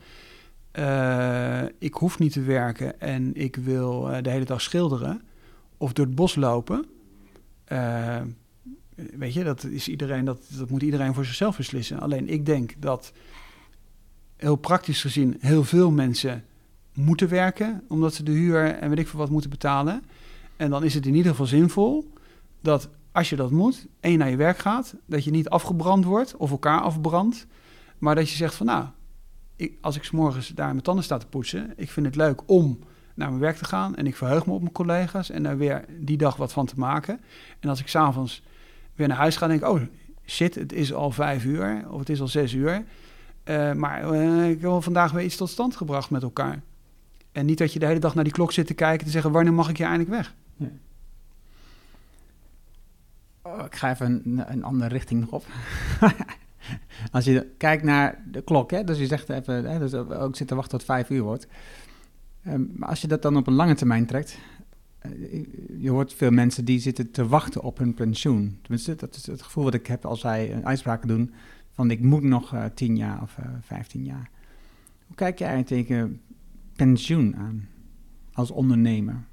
uh, ik hoef niet te werken en ik wil uh, de hele dag schilderen of door het bos lopen. Uh, weet je, dat, is iedereen, dat, dat moet iedereen voor zichzelf beslissen. Alleen ik denk dat heel praktisch gezien heel veel mensen moeten werken, omdat ze de huur en weet ik veel wat moeten betalen. En dan is het in ieder geval zinvol dat als je dat moet en je naar je werk gaat, dat je niet afgebrand wordt of elkaar afbrandt, maar dat je zegt van nou, ik, als ik 's morgens daar mijn tanden sta te poetsen, ik vind het leuk om naar mijn werk te gaan en ik verheug me op mijn collega's en daar weer die dag wat van te maken. En als ik 's avonds weer naar huis ga, denk ik, oh shit, het is al vijf uur of het is al zes uur, uh, maar uh, ik heb vandaag weer iets tot stand gebracht met elkaar. En niet dat je de hele dag naar die klok zit te kijken te zeggen, wanneer mag ik hier eindelijk weg? Ja. Oh, ik ga even een, een andere richting nog op. Als je kijkt naar de klok, hè, dus je zegt even, hè, dus ook zit te wachten tot vijf uur wordt. Um, maar als je dat dan op een lange termijn trekt, uh, je hoort veel mensen die zitten te wachten op hun pensioen. Tenminste, dat is het gevoel wat ik heb als wij een uitspraken doen, van ik moet nog uh, tien jaar of uh, vijftien jaar. Hoe kijk jij eigenlijk tegen pensioen aan als ondernemer?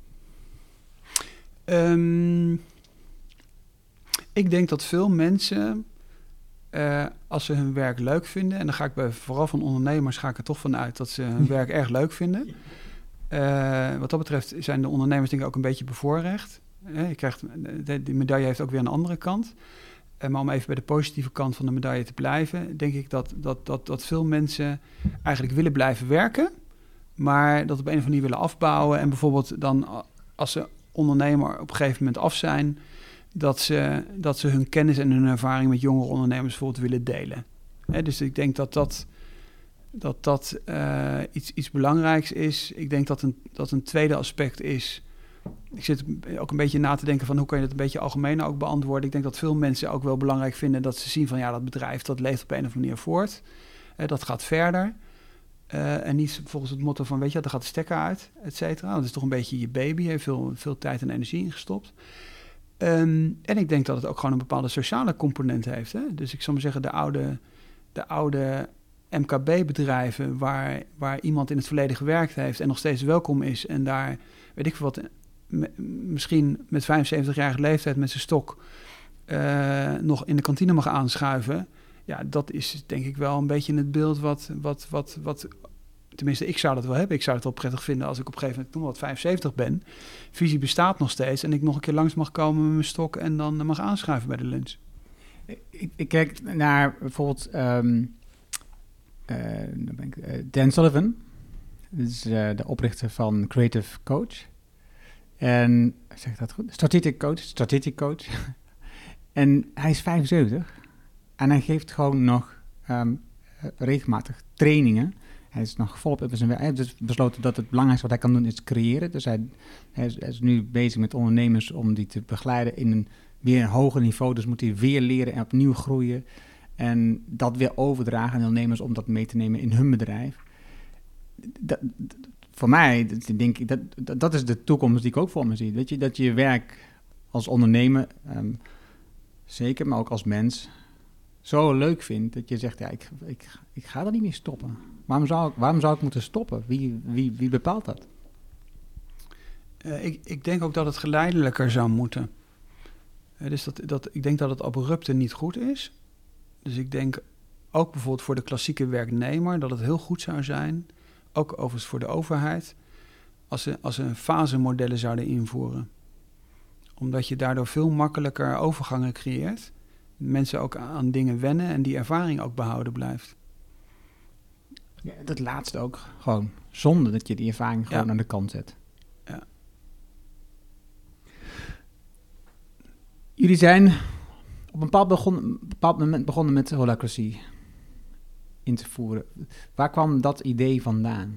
Um... Ik denk dat veel mensen, uh, als ze hun werk leuk vinden, en dan ga ik bij vooral van ondernemers ga ik er toch vanuit dat ze hun werk erg leuk vinden. Uh, wat dat betreft zijn de ondernemers denk ik ook een beetje bevoorrecht. Uh, je krijgt, de, de medaille heeft ook weer een andere kant. Uh, maar om even bij de positieve kant van de medaille te blijven, denk ik dat, dat, dat, dat veel mensen eigenlijk willen blijven werken, maar dat op een of andere manier willen afbouwen. En bijvoorbeeld dan als ze ondernemer op een gegeven moment af zijn, dat ze, dat ze hun kennis en hun ervaring met jongere ondernemers bijvoorbeeld willen delen. He, dus ik denk dat dat, dat, dat uh, iets, iets belangrijks is. Ik denk dat een, dat een tweede aspect is. Ik zit ook een beetje na te denken van hoe kan je dat een beetje algemeen ook beantwoorden. Ik denk dat veel mensen ook wel belangrijk vinden dat ze zien van ja, dat bedrijf dat leeft op een of andere manier voort. He, dat gaat verder. Uh, en niet volgens het motto van weet je, daar gaat de stekker uit, et cetera. Dat is toch een beetje je baby, heeft veel, veel tijd en energie ingestopt. Um, en ik denk dat het ook gewoon een bepaalde sociale component heeft. Hè? Dus ik zou maar zeggen, de oude, de oude M K B-bedrijven waar, waar iemand in het verleden gewerkt heeft en nog steeds welkom is en daar, weet ik veel wat, m- misschien met vijfenzeventigjarige leeftijd met zijn stok uh, nog in de kantine mag aanschuiven. Ja, dat is denk ik wel een beetje het beeld wat, wat, wat, wat tenminste, ik zou dat wel hebben. Ik zou het wel prettig vinden als ik op een gegeven moment, toen wat vijfenzeventig ben, visie bestaat nog steeds en ik nog een keer langs mag komen met mijn stok en dan mag aanschuiven bij de lunch. Ik, ik kijk naar bijvoorbeeld um, uh, dan ben ik, uh, Dan Sullivan. Dat is uh, de oprichter van Creative Coach. En, zeg ik dat goed? Strategic Coach. Strategic Coach. En hij is vijfenzeventig. En hij geeft gewoon nog um, regelmatig trainingen. Hij is nog volop op zijn werk. Hij heeft dus besloten dat het belangrijkste wat hij kan doen is creëren. Dus hij, hij, is, hij is nu bezig met ondernemers om die te begeleiden in een weer een hoger niveau. Dus moet hij weer leren en opnieuw groeien. En dat weer overdragen aan ondernemers om dat mee te nemen in hun bedrijf. Dat, dat, voor mij, dat, denk ik, dat, dat, dat is de toekomst die ik ook voor me zie. Weet je, dat je je werk als ondernemer, um, zeker, maar ook als mens, zo leuk vindt dat je zegt, ja, ik, ik, ik ga er niet mee stoppen. Waarom zou ik, waarom zou ik moeten stoppen? Wie, wie, wie bepaalt dat? Uh, ik, ik denk ook dat het geleidelijker zou moeten. Uh, dus dat, dat, ik denk dat het abrupte niet goed is. Dus ik denk ook bijvoorbeeld voor de klassieke werknemer dat het heel goed zou zijn, ook overigens voor de overheid, als ze, als ze een fasemodellen zouden invoeren. Omdat je daardoor veel makkelijker overgangen creëert. Mensen ook aan dingen wennen en die ervaring ook behouden blijft. Ja, dat laatste ook gewoon, zonder dat je die ervaring gewoon ja. aan de kant zet. Ja. Jullie zijn op een bepaald, begon, bepaald moment begonnen met holacracy in te voeren. Waar kwam dat idee vandaan?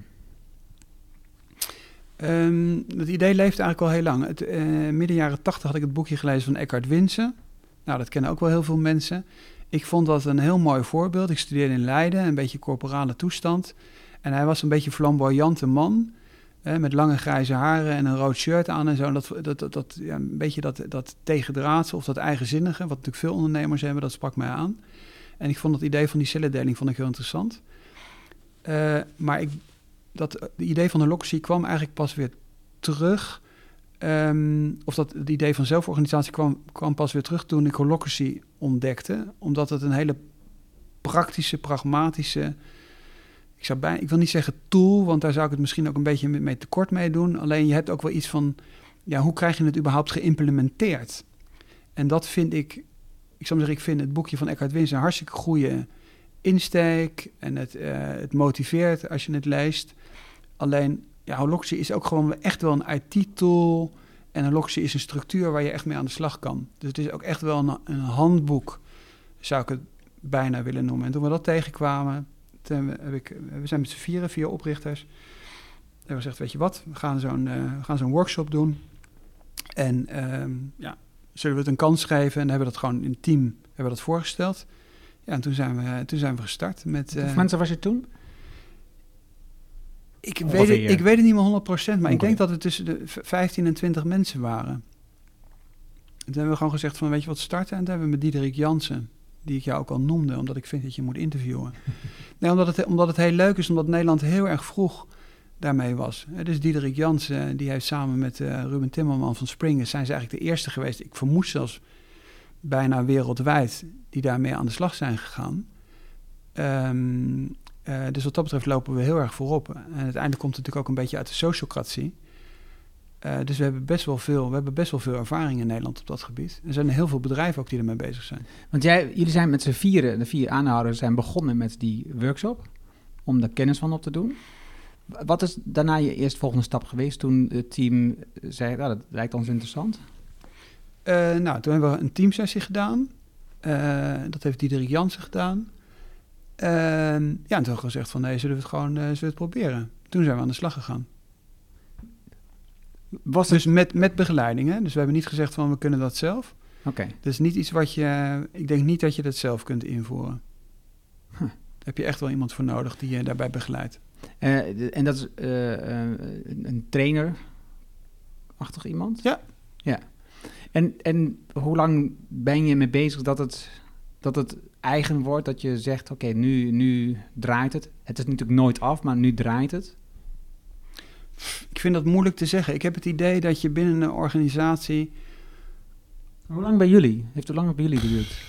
Um, dat idee leeft eigenlijk al heel lang. Het, uh, midden jaren tachtig had ik het boekje gelezen van Eckhart Winsen. Nou, dat kennen ook wel heel veel mensen. Ik vond dat een heel mooi voorbeeld. Ik studeerde in Leiden, een beetje corporale toestand. En hij was een beetje flamboyante man, eh, met lange grijze haren en een rood shirt aan en zo. En dat, dat, dat, dat, ja, een beetje dat, dat tegendraadse of dat eigenzinnige, wat natuurlijk veel ondernemers hebben, dat sprak mij aan. En ik vond het idee van die cellendeling vond ik heel interessant. Uh, maar ik, dat, het idee van holacracy kwam eigenlijk pas weer terug. Um, of dat het idee van zelforganisatie kwam, kwam pas weer terug toen ik holacracy ontdekte. Omdat het een hele praktische, pragmatische, ik, zou bij, ik wil niet zeggen tool, want daar zou ik het misschien ook een beetje mee tekort mee doen. Alleen je hebt ook wel iets van, ja, hoe krijg je het überhaupt geïmplementeerd? En dat vind ik, ik zou zeggen, ik vind het boekje van Eckhart Winsen een hartstikke goede insteek. En het, uh, het motiveert als je het leest. Alleen, ja, holacracy is ook gewoon echt wel een I T-tool. En holacracy is een structuur waar je echt mee aan de slag kan. Dus het is ook echt wel een, een handboek, zou ik het bijna willen noemen. En toen we dat tegenkwamen, toen heb ik, we zijn met z'n vieren, vier oprichters. En we gezegd, weet je wat, we gaan zo'n, uh, we gaan zo'n workshop doen. En um, ja, zullen we het een kans geven? En hebben we dat gewoon in het team hebben we dat voorgesteld. Ja, en toen zijn we, toen zijn we gestart met... Hoeveel uh, mensen was je toen? Ik weet, het, ik weet het niet meer honderd procent, maar okay. Ik denk dat het tussen de vijftien en twintig mensen waren. En toen hebben we gewoon gezegd van, weet je wat, starten? En toen hebben we met Diederik Jansen, die ik jou ook al noemde, omdat ik vind dat je moet interviewen. Nee, omdat het, omdat het heel leuk is, omdat Nederland heel erg vroeg daarmee was. Dus Diederik Jansen, die heeft samen met uh, Ruben Timmerman van Springers, zijn ze eigenlijk de eerste geweest, ik vermoed zelfs bijna wereldwijd, die daarmee aan de slag zijn gegaan. Um, Uh, dus wat dat betreft lopen we heel erg voorop. En uiteindelijk komt het natuurlijk ook een beetje uit de sociocratie. Uh, dus we hebben best wel veel, we hebben best wel veel ervaring in Nederland op dat gebied. Er zijn heel veel bedrijven ook die ermee bezig zijn. Want jij, jullie zijn met z'n vieren, de vier aanhouders, zijn begonnen met die workshop om daar kennis van op te doen. Wat is daarna je eerstvolgende stap geweest toen het team zei, nou, dat lijkt ons interessant? Uh, nou, toen hebben we een teamsessie gedaan. Uh, dat heeft Diederik Jansen gedaan. Uh, ja, en toen hebben we gezegd van nee, zullen we het gewoon uh, zullen we het proberen. Toen zijn we aan de slag gegaan. Was dus het... met, met begeleiding, hè? Dus we hebben niet gezegd van we kunnen dat zelf. Oké. Okay. Dus niet iets wat je, ik denk niet dat je dat zelf kunt invoeren. Huh. Daar heb je echt wel iemand voor nodig die je daarbij begeleidt. Uh, en dat is uh, uh, een trainer-achtig iemand? Ja. Ja. En, en hoe lang ben je mee bezig dat het, dat het eigen wordt, dat je zegt, oké, okay, nu, nu draait het. Het is natuurlijk nooit af, maar nu draait het. Ik vind dat moeilijk te zeggen. Ik heb het idee dat je binnen een organisatie... Hoe lang bij jullie? Heeft hoe lang bij jullie geduurd?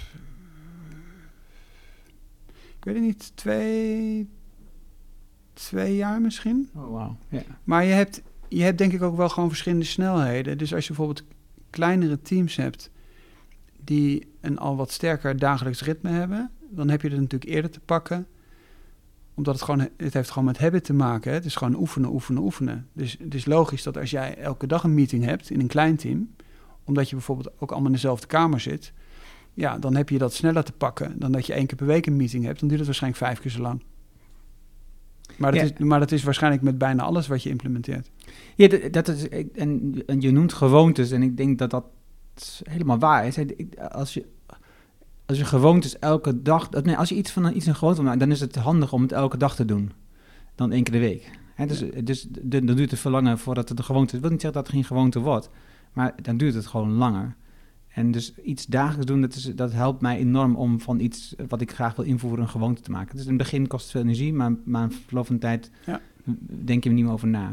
Ik weet het niet, twee, twee jaar misschien. Oh, wauw. Yeah. Maar je hebt, je hebt denk ik ook wel gewoon verschillende snelheden. Dus als je bijvoorbeeld kleinere teams hebt die een al wat sterker dagelijks ritme hebben, dan heb je het natuurlijk eerder te pakken. Omdat het gewoon, het heeft gewoon met habit te maken. Hè? Het is gewoon oefenen, oefenen, oefenen. Dus het is logisch dat als jij elke dag een meeting hebt in een klein team, omdat je bijvoorbeeld ook allemaal in dezelfde kamer zit, ja, dan heb je dat sneller te pakken dan dat je één keer per week een meeting hebt. Dan duurt het waarschijnlijk vijf keer zo lang. Maar dat, ja. is, maar dat is waarschijnlijk met bijna alles wat je implementeert. Ja, dat, dat is, en, en je noemt gewoontes en ik denk dat dat helemaal waar is. Als je, als je gewoontes elke dag... Nee, als je iets van iets een gewoonte maakt, dan is het handig om het elke dag te doen. Dan één keer de week. He, dus ja. dus de, dan duurt het veel langer voordat het de gewoonte... Ik wil niet zeggen dat het geen gewoonte wordt, maar dan duurt het gewoon langer. En dus iets dagelijks doen, dat, is, dat helpt mij enorm om van iets wat ik graag wil invoeren een gewoonte te maken. Dus in het begin kost het veel energie, maar, maar in verloop van de tijd ja. denk je er niet meer over na.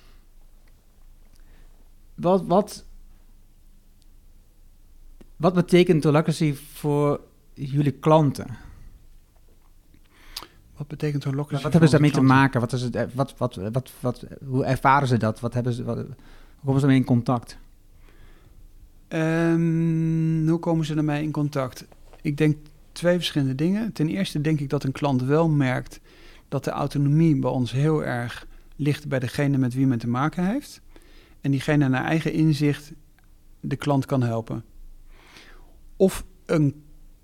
Wat, wat, wat betekent Holacracy voor jullie klanten? Wat betekent Holacracy? Wat hebben ze daarmee te maken? Wat is het, wat, wat, wat, wat, hoe ervaren ze dat? Wat hebben ze, wat, hoe komen ze ermee in contact? Um, hoe komen ze ermee in contact? Ik denk twee verschillende dingen. Ten eerste denk ik dat een klant wel merkt dat de autonomie bij ons heel erg ligt bij degene met wie men te maken heeft. En diegene naar eigen inzicht de klant kan helpen. Of een,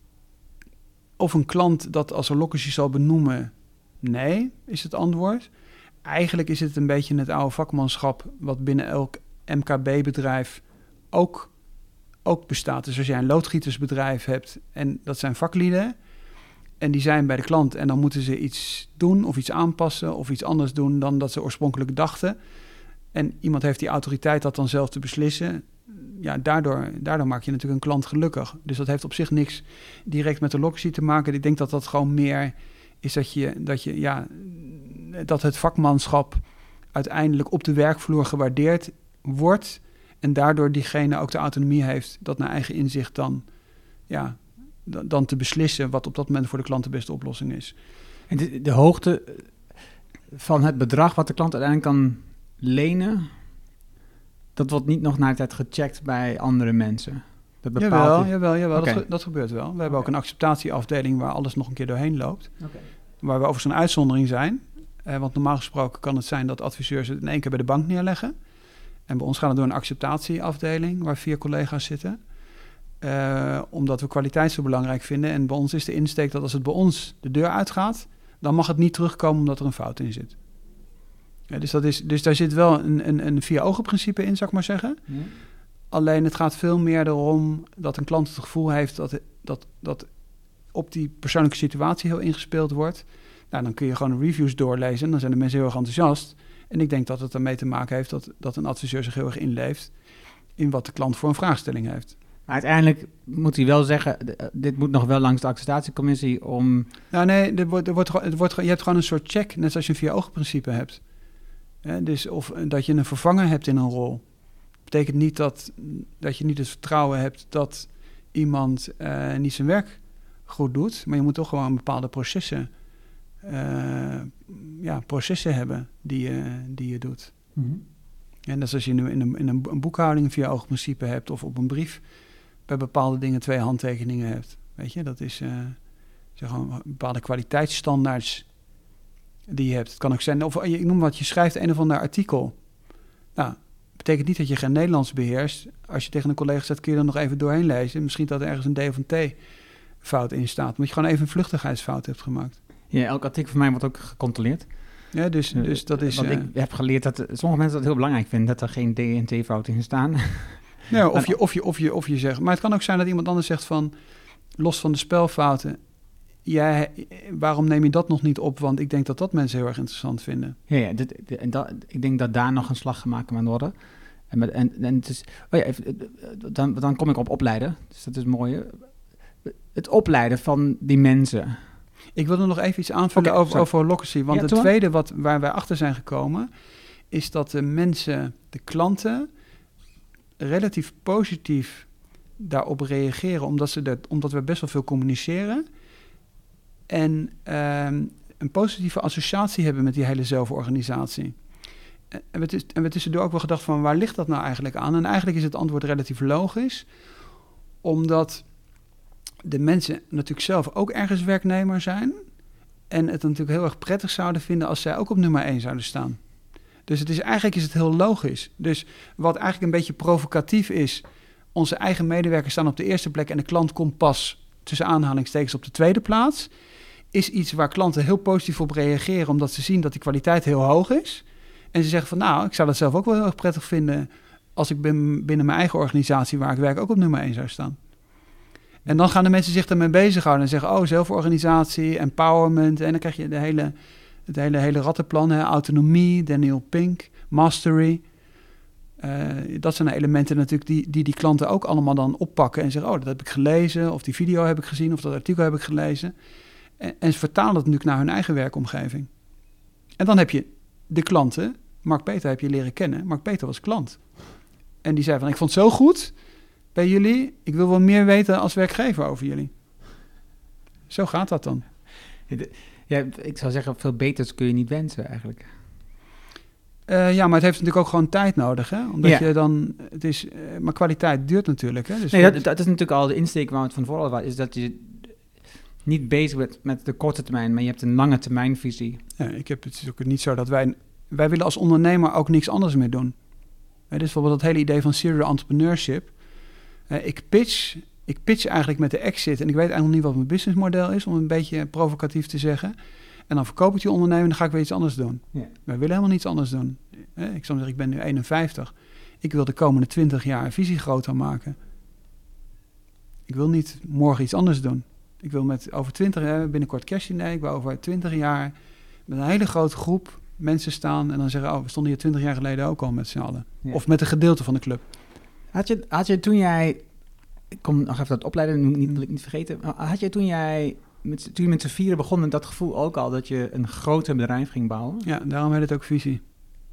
of een klant dat als Holacracy zal benoemen, nee, is het antwoord. Eigenlijk is het een beetje het oude vakmanschap wat binnen elk M K B-bedrijf ook ook bestaat. Dus als jij een loodgietersbedrijf hebt en dat zijn vaklieden en die zijn bij de klant en dan moeten ze iets doen of iets aanpassen of iets anders doen dan dat ze oorspronkelijk dachten. En iemand heeft die autoriteit dat dan zelf te beslissen. Ja, daardoor, daardoor maak je natuurlijk een klant gelukkig. Dus dat heeft op zich niks direct met de Holacracy te maken. Ik denk dat dat gewoon meer is dat je, dat je, ja, dat het vakmanschap uiteindelijk op de werkvloer gewaardeerd wordt. En daardoor diegene ook de autonomie heeft dat naar eigen inzicht dan, ja, dan te beslissen wat op dat moment voor de klant de beste oplossing is. En de, de hoogte van het bedrag wat de klant uiteindelijk kan lenen, dat wordt niet nog naar de tijd gecheckt bij andere mensen? Dat bepaalt jawel, je... jawel, jawel okay. dat, dat gebeurt wel. We okay. hebben ook een acceptatieafdeling waar alles nog een keer doorheen loopt. Okay. Waar we overigens een uitzondering zijn. Eh, want normaal gesproken kan het zijn dat adviseurs het in één keer bij de bank neerleggen. En bij ons gaan we door een acceptatieafdeling waar vier collega's zitten. Uh, omdat we kwaliteit zo belangrijk vinden. En bij ons is de insteek dat als het bij ons de deur uitgaat, dan mag het niet terugkomen omdat er een fout in zit. Ja, dus, dat is, dus daar zit wel een, een, een vier-ogen-principe in, zou ik maar zeggen. Ja. Alleen het gaat veel meer erom dat een klant het gevoel heeft dat, dat, dat op die persoonlijke situatie heel ingespeeld wordt. Nou, dan kun je gewoon de reviews doorlezen en dan zijn de mensen heel erg enthousiast. En ik denk dat het ermee te maken heeft dat, dat een adviseur zich heel erg inleeft in wat de klant voor een vraagstelling heeft. Maar uiteindelijk moet hij wel zeggen, dit moet nog wel langs de acceptatiecommissie om... Nou nee, er wordt, er wordt, er wordt, je hebt gewoon een soort check, net zoals je een vier-ogen-principe hebt. Ja, dus of dat je een vervanger hebt in een rol. Betekent niet dat, dat je niet het vertrouwen hebt dat iemand uh, niet zijn werk goed doet. Maar je moet toch gewoon bepaalde processen, uh, ja, processen hebben die, uh, die je doet. Mm-hmm. En dat is als je nu in een, in een boekhouding een vier-ogen-principe hebt of op een brief bij bepaalde dingen twee handtekeningen hebt. Weet je, dat is uh, zeg gewoon bepaalde kwaliteitsstandaards die je hebt. Het kan ook zijn, of ik noem wat, je schrijft een of ander artikel. Nou, betekent niet dat je geen Nederlands beheerst. Als je tegen een collega zegt, kun je er nog even doorheen lezen. Misschien dat er ergens een D of een T fout in staat. Omdat je gewoon even een vluchtigheidsfout hebt gemaakt. Ja, elk artikel van mij wordt ook gecontroleerd. Ja, dus, dus dat is... Want uh, ik heb geleerd dat sommige mensen dat heel belangrijk vinden, dat er geen D en T fouten in staan. Ja, of, je, of, je, of, je, of je zegt... Maar het kan ook zijn dat iemand anders zegt van, los van de spelfouten, jij, waarom neem je dat nog niet op? Want ik denk dat dat mensen heel erg interessant vinden. Ja, ja dit, dit, en dat, ik denk dat daar nog een slag gemaakt kan worden. En, met, en, en het is, oh ja, dan, dan kom ik op opleiden. Dus dat is mooi. Het opleiden van die mensen. Ik wil er nog even iets aanvullen okay, over, over Holacracy. Want ja, het tweede wat, waar wij achter zijn gekomen, is dat de mensen, de klanten, relatief positief daarop reageren, omdat, ze dat, omdat we best wel veel communiceren. En um, een positieve associatie hebben met die hele zelforganisatie. En we, tis, en we tussendoor ook wel gedacht van, waar ligt dat nou eigenlijk aan? En eigenlijk is het antwoord relatief logisch, omdat de mensen natuurlijk zelf ook ergens werknemer zijn en het natuurlijk heel erg prettig zouden vinden als zij ook op nummer één zouden staan. Dus het is, eigenlijk is het heel logisch. Dus wat eigenlijk een beetje provocatief is, onze eigen medewerkers staan op de eerste plek en de klant komt pas tussen aanhalingstekens op de tweede plaats, is iets waar klanten heel positief op reageren, omdat ze zien dat die kwaliteit heel hoog is. En ze zeggen van, nou, ik zou dat zelf ook wel heel erg prettig vinden als ik binnen, binnen mijn eigen organisatie waar ik werk ook op nummer één zou staan. En dan gaan de mensen zich daarmee bezighouden en zeggen, oh, zelforganisatie, empowerment, en dan krijg je de hele, het hele, hele rattenplan, hè, autonomie, Daniel Pink, mastery. Uh, dat zijn de elementen natuurlijk die, die die klanten ook allemaal dan oppakken en zeggen, oh, dat heb ik gelezen, of die video heb ik gezien, of dat artikel heb ik gelezen. En, en ze vertalen dat natuurlijk naar hun eigen werkomgeving. En dan heb je de klanten. Mark Peter heb je leren kennen. Mark Peter was klant. En die zei van, ik vond het zo goed bij jullie. Ik wil wel meer weten als werkgever over jullie. Zo gaat dat dan. Ja, ik zou zeggen, veel beters kun je niet wensen eigenlijk. Uh, ja, maar het heeft natuurlijk ook gewoon tijd nodig, hè? Omdat ja. je dan, het is, uh, maar kwaliteit duurt natuurlijk, hè? Dus nee, dat, dat is natuurlijk al de insteek waar we het van vooral hadden, is dat je niet bezig bent met de korte termijn, maar je hebt een lange termijn visie. Ja, ik heb het is ook niet zo dat wij, wij willen als ondernemer ook niks anders meer doen. Hè, dus bijvoorbeeld dat hele idee van serial entrepreneurship. Uh, ik pitch, ik pitch eigenlijk met de exit en ik weet eigenlijk nog niet wat mijn businessmodel is, om een beetje provocatief te zeggen. En dan verkoop ik die onderneming en dan ga ik weer iets anders doen. Ja. Wij willen helemaal niets anders doen. Ik zou zeggen, ik ben nu eenenvijftig. Ik wil de komende twintig jaar een visie groter maken. Ik wil niet morgen iets anders doen. Ik wil met over twintig jaar, binnenkort kerstdiner, ik wil over twintig jaar met een hele grote groep mensen staan en dan zeggen, oh, we stonden hier twintig jaar geleden ook al met z'n allen. Ja. Of met een gedeelte van de club. Had je, had je toen jij, ik kom nog even dat opleiden, niet, wil ik niet vergeten, had je toen jij... Met, toen je met z'n vieren begon met dat gevoel ook al dat je een groter bedrijf ging bouwen? Ja, daarom heet het ook visie.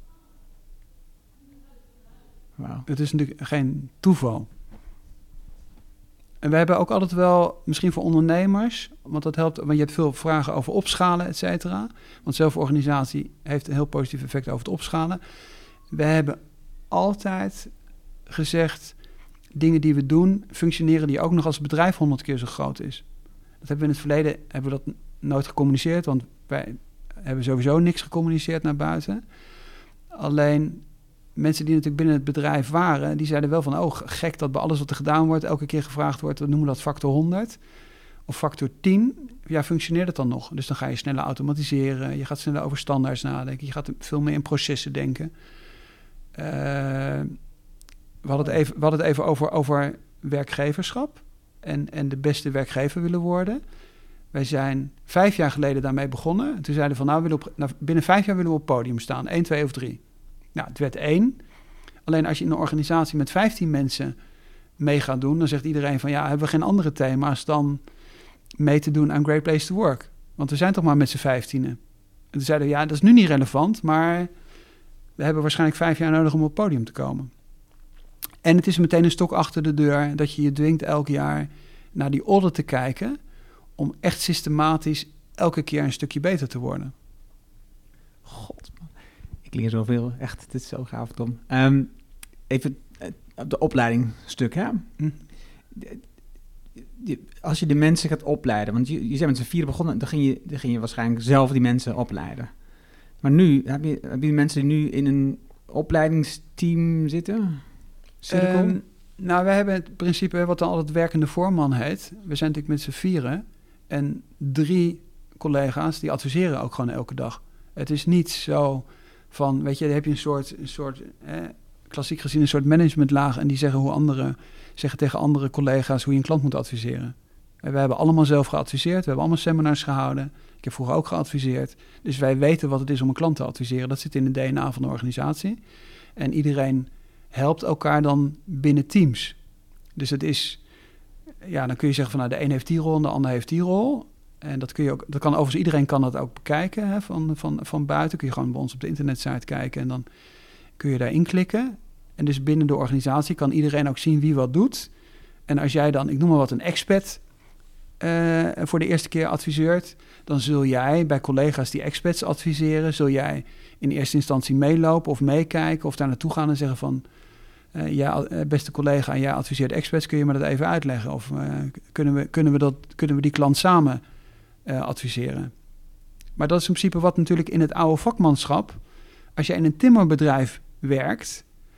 Wow. Het is natuurlijk geen toeval. En we hebben ook altijd wel, misschien voor ondernemers, want dat helpt, want je hebt veel vragen over opschalen, et cetera. Want zelforganisatie heeft een heel positief effect over het opschalen. We hebben altijd gezegd, dingen die we doen, functioneren die ook nog als het bedrijf honderd keer zo groot is. Dat hebben we in het verleden hebben we dat nooit gecommuniceerd, want wij hebben sowieso niks gecommuniceerd naar buiten. Alleen mensen die natuurlijk binnen het bedrijf waren, die zeiden wel van, oh, gek dat bij alles wat er gedaan wordt, elke keer gevraagd wordt, we noemen dat factor honderd of factor tien. Ja, functioneert het dan nog? Dus dan ga je sneller automatiseren, je gaat sneller over standaards nadenken, je gaat veel meer in processen denken. Uh, we hadden het even, we hadden het even over, over werkgeverschap. En, en de beste werkgever willen worden. Wij zijn vijf jaar geleden daarmee begonnen. En toen zeiden we van, nou, we willen op, nou, binnen vijf jaar willen we op het podium staan. één, twee of drie. Nou, het werd één. Alleen als je in een organisatie met vijftien mensen mee gaat doen, dan zegt iedereen van, ja, hebben we geen andere thema's dan mee te doen aan Great Place to Work? Want we zijn toch maar met z'n vijftienen. En toen zeiden we, ja, dat is nu niet relevant, maar we hebben waarschijnlijk vijf jaar nodig om op het podium te komen. En het is meteen een stok achter de deur dat je je dwingt elk jaar naar die audit te kijken om echt systematisch elke keer een stukje beter te worden. God, man. Ik leer zoveel. Echt, het is zo gaaf, Tom. Um, even op de opleidingstuk, hè? Hm. Als je de mensen gaat opleiden, want je, je bent met z'n vieren begonnen, dan ging, je, dan ging je waarschijnlijk zelf die mensen opleiden. Maar nu, heb je, heb je mensen die nu in een opleidingsteam zitten? Um, nou, we hebben het principe wat dan altijd werkende voorman heet. We zijn natuurlijk met z'n vieren en drie collega's die adviseren ook gewoon elke dag. Het is niet zo van, weet je, dan heb je een soort, een soort eh, klassiek gezien een soort managementlaag en die zeggen hoe anderen zeggen tegen andere collega's hoe je een klant moet adviseren. En we hebben allemaal zelf geadviseerd, we hebben allemaal seminars gehouden. Ik heb vroeger ook geadviseerd. Dus wij weten wat het is om een klant te adviseren. Dat zit in het D N A van de organisatie. En iedereen helpt elkaar dan binnen teams. Dus het is, ja, dan kun je zeggen van, nou, de een heeft die rol en de ander heeft die rol. En dat kun je ook, dat kan overigens iedereen kan dat ook bekijken, hè, van, van, van buiten. Kun je gewoon bij ons op de internetsite kijken en dan kun je daarin klikken. En dus binnen de organisatie kan iedereen ook zien wie wat doet. En als jij dan, ik noem maar wat, een expert uh, voor de eerste keer adviseert, dan zul jij bij collega's die experts adviseren, zul jij in eerste instantie meelopen of meekijken of daar naartoe gaan en zeggen van, Uh, ja, beste collega, jij adviseert experts, kun je me dat even uitleggen? Of uh, kunnen, we, kunnen, we dat, kunnen we die klant samen uh, adviseren? Maar dat is in principe wat natuurlijk in het oude vakmanschap, als je in een timmerbedrijf werkt,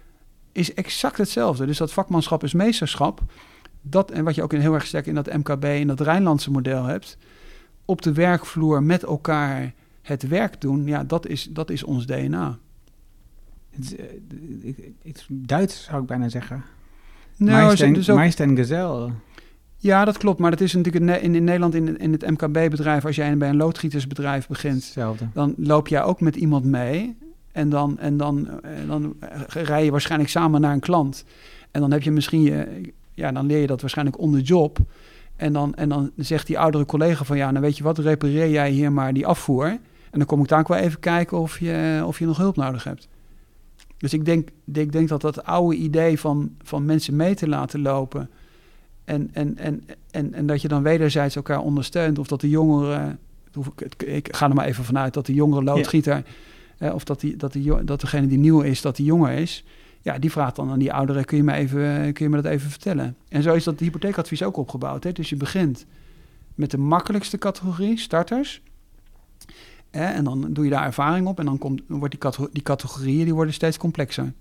is exact hetzelfde. Dus dat vakmanschap is meesterschap. Dat, en wat je ook in heel erg sterk in dat M K B, in dat Rijnlandse model hebt. Op de werkvloer met elkaar het werk doen. Ja, dat is, dat is ons D N A. Het is, uh, iets Duits zou ik bijna zeggen. Nou, Meister dus ook, Meister en Gezel. Ja, dat klopt. Maar dat is natuurlijk in, in Nederland in, in het M K B-bedrijf. Als jij bij een loodgietersbedrijf begint, Hetzelfde. Dan loop jij ook met iemand mee. En dan, en dan, en dan rij je waarschijnlijk samen naar een klant. En dan heb je misschien je, ja, dan leer je dat waarschijnlijk on the job. En dan, en dan zegt die oudere collega van, ja, nou weet je wat, repareer jij hier maar die afvoer. En dan kom ik daar ook wel even kijken of je, of je nog hulp nodig hebt. Dus ik denk, ik denk dat dat oude idee van, van mensen mee te laten lopen. En, en, en, en, en dat je dan wederzijds elkaar ondersteunt. Of dat de jongeren, ik ga er maar even vanuit dat de jongere loodgieter, ja. eh, of dat, die, dat, die, dat degene die nieuw is, dat die jonger is. Ja, die vraagt dan aan die ouderen, kun je me, even, kun je me dat even vertellen? En zo is dat hypotheekadvies ook opgebouwd. Hè? Dus je begint met de makkelijkste categorie, starters. Eh, en dan doe je daar ervaring op. En dan komt, wordt die, categorie, die categorieën die worden steeds complexer.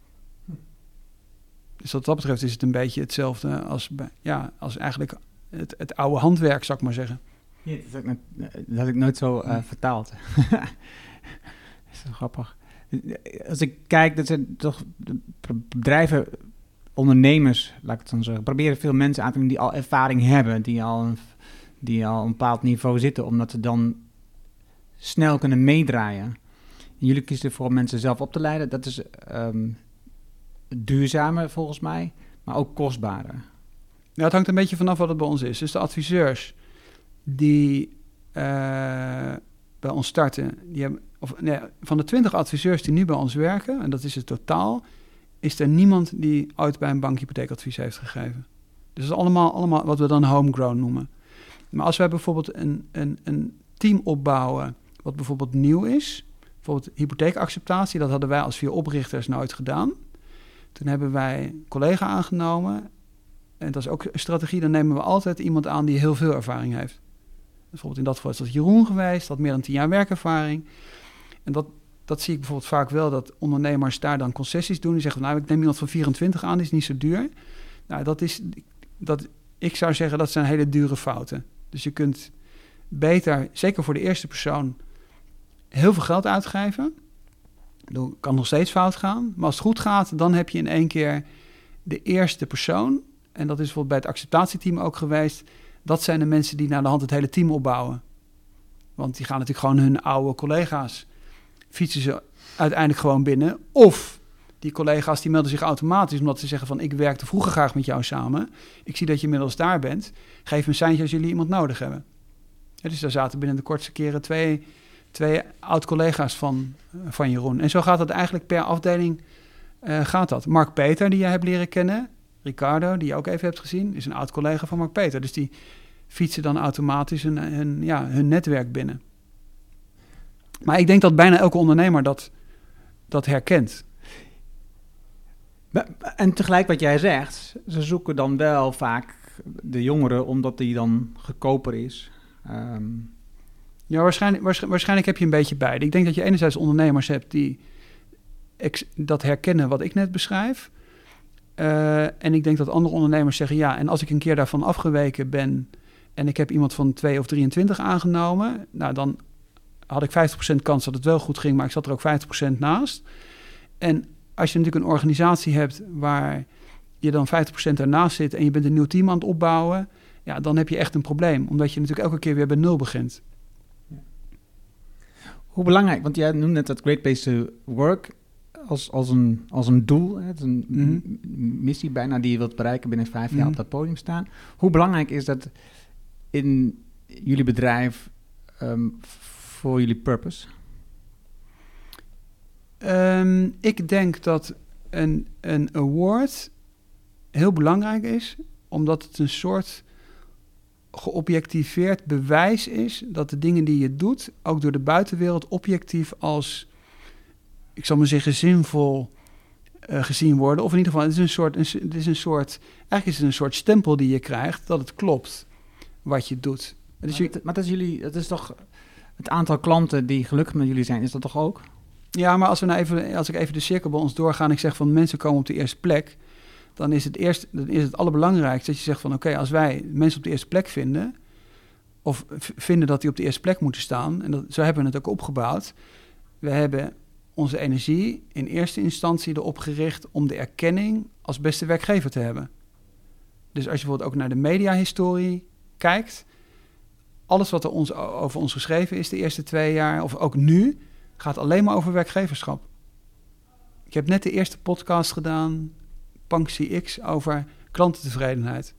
Dus wat dat betreft is het een beetje hetzelfde als, bij, ja, als eigenlijk het, het oude handwerk, zou ik maar zeggen. Ja, dat, had ik, dat had ik nooit zo uh, vertaald. Dat is zo grappig. Als ik kijk, dat zijn toch bedrijven, ondernemers, laat ik het dan zeggen, proberen veel mensen aan te nemen die al ervaring hebben, die al, een, die al een bepaald niveau zitten, omdat ze dan snel kunnen meedraaien. En jullie kiezen ervoor om mensen zelf op te leiden. Dat is um, duurzamer volgens mij, maar ook kostbaarder. Ja, het hangt een beetje vanaf wat het bij ons is. Dus de adviseurs die uh, bij ons starten, die hebben, of, nee, van de twintig adviseurs die nu bij ons werken, en dat is het totaal, is er niemand die ooit bij een bank hypotheekadvies heeft gegeven. Dus dat is allemaal, allemaal wat we dan homegrown noemen. Maar als wij bijvoorbeeld een, een, een team opbouwen wat bijvoorbeeld nieuw is, bijvoorbeeld hypotheekacceptatie, dat hadden wij als vier oprichters nooit gedaan. Toen hebben wij een collega aangenomen. En dat is ook een strategie. Dan nemen we altijd iemand aan die heel veel ervaring heeft. Bijvoorbeeld in dat geval is dat Jeroen geweest. Dat meer dan tien jaar werkervaring. En dat, dat zie ik bijvoorbeeld vaak wel. Dat ondernemers daar dan concessies doen. Die zeggen, nou, ik neem iemand van vierentwintig aan. Die is niet zo duur. Nou, dat is... Dat, ik zou zeggen, dat zijn hele dure fouten. Dus je kunt beter, zeker voor de eerste persoon, heel veel geld uitgeven. Dat kan nog steeds fout gaan. Maar als het goed gaat, dan heb je in één keer de eerste persoon. En dat is bijvoorbeeld bij het acceptatieteam ook geweest. Dat zijn de mensen die naar de hand het hele team opbouwen. Want die gaan natuurlijk gewoon hun oude collega's fietsen ze uiteindelijk gewoon binnen. Of die collega's die melden zich automatisch omdat ze zeggen van, ik werkte vroeger graag met jou samen. Ik zie dat je inmiddels daar bent. Geef me een seintje als jullie iemand nodig hebben. Ja, dus daar zaten binnen de kortste keren twee, twee oud-collega's van, van Jeroen. En zo gaat dat eigenlijk per afdeling. Uh, gaat dat. Mark Peter, die jij hebt leren kennen. Ricardo, die je ook even hebt gezien, is een oud-collega van Mark Peter. Dus die fietsen dan automatisch hun, hun, ja, hun netwerk binnen. Maar ik denk dat bijna elke ondernemer dat, dat herkent. En tegelijk wat jij zegt, ze zoeken dan wel vaak de jongeren omdat die dan goedkoper is. Um... Ja, waarschijnlijk, waarschijnlijk heb je een beetje beide. Ik denk dat je enerzijds ondernemers hebt die ex- dat herkennen wat ik net beschrijf. Uh, en ik denk dat andere ondernemers zeggen, ja, en als ik een keer daarvan afgeweken ben en ik heb iemand van twee of drieëntwintig aangenomen, nou dan had ik vijftig procent kans dat het wel goed ging, maar ik zat er ook vijftig procent naast. En als je natuurlijk een organisatie hebt waar je dan vijftig procent ernaast zit en je bent een nieuw team aan het opbouwen, ja, dan heb je echt een probleem, omdat je natuurlijk elke keer weer bij nul begint. Ja. Hoe belangrijk, want jij noemde net dat Great Place to Work als, als, een, als een doel, hè? Het is een mm-hmm. missie bijna die je wilt bereiken binnen vijf jaar mm-hmm. op dat podium staan. Hoe belangrijk is dat in jullie bedrijf um, voor jullie purpose? Um, ik denk dat een, een award heel belangrijk is, omdat het een soort geobjectiveerd bewijs is dat de dingen die je doet ook door de buitenwereld objectief als, ik zal maar zeggen, zinvol uh, gezien worden. Of in ieder geval, het is een soort, een, het is een soort, eigenlijk is het een soort stempel die je krijgt dat het klopt wat je doet. Maar, je, maar dat is jullie, dat is toch het aantal klanten die gelukkig met jullie zijn, is dat toch ook? Ja, maar als, we nou even, als ik even de cirkel bij ons doorga en ik zeg van mensen komen op de eerste plek, dan is het, eerst, dan is het allerbelangrijkste dat je zegt van oké, okay, als wij mensen op de eerste plek vinden, of v- vinden dat die op de eerste plek moeten staan, en dat, zo hebben we het ook opgebouwd. We hebben onze energie in eerste instantie erop gericht om de erkenning als beste werkgever te hebben. Dus als je bijvoorbeeld ook naar de mediahistorie kijkt, alles wat er ons, over ons geschreven is de eerste twee jaar, of ook nu, gaat alleen maar over werkgeverschap. Ik heb net de eerste podcast gedaan, Panxi X, over klantentevredenheid.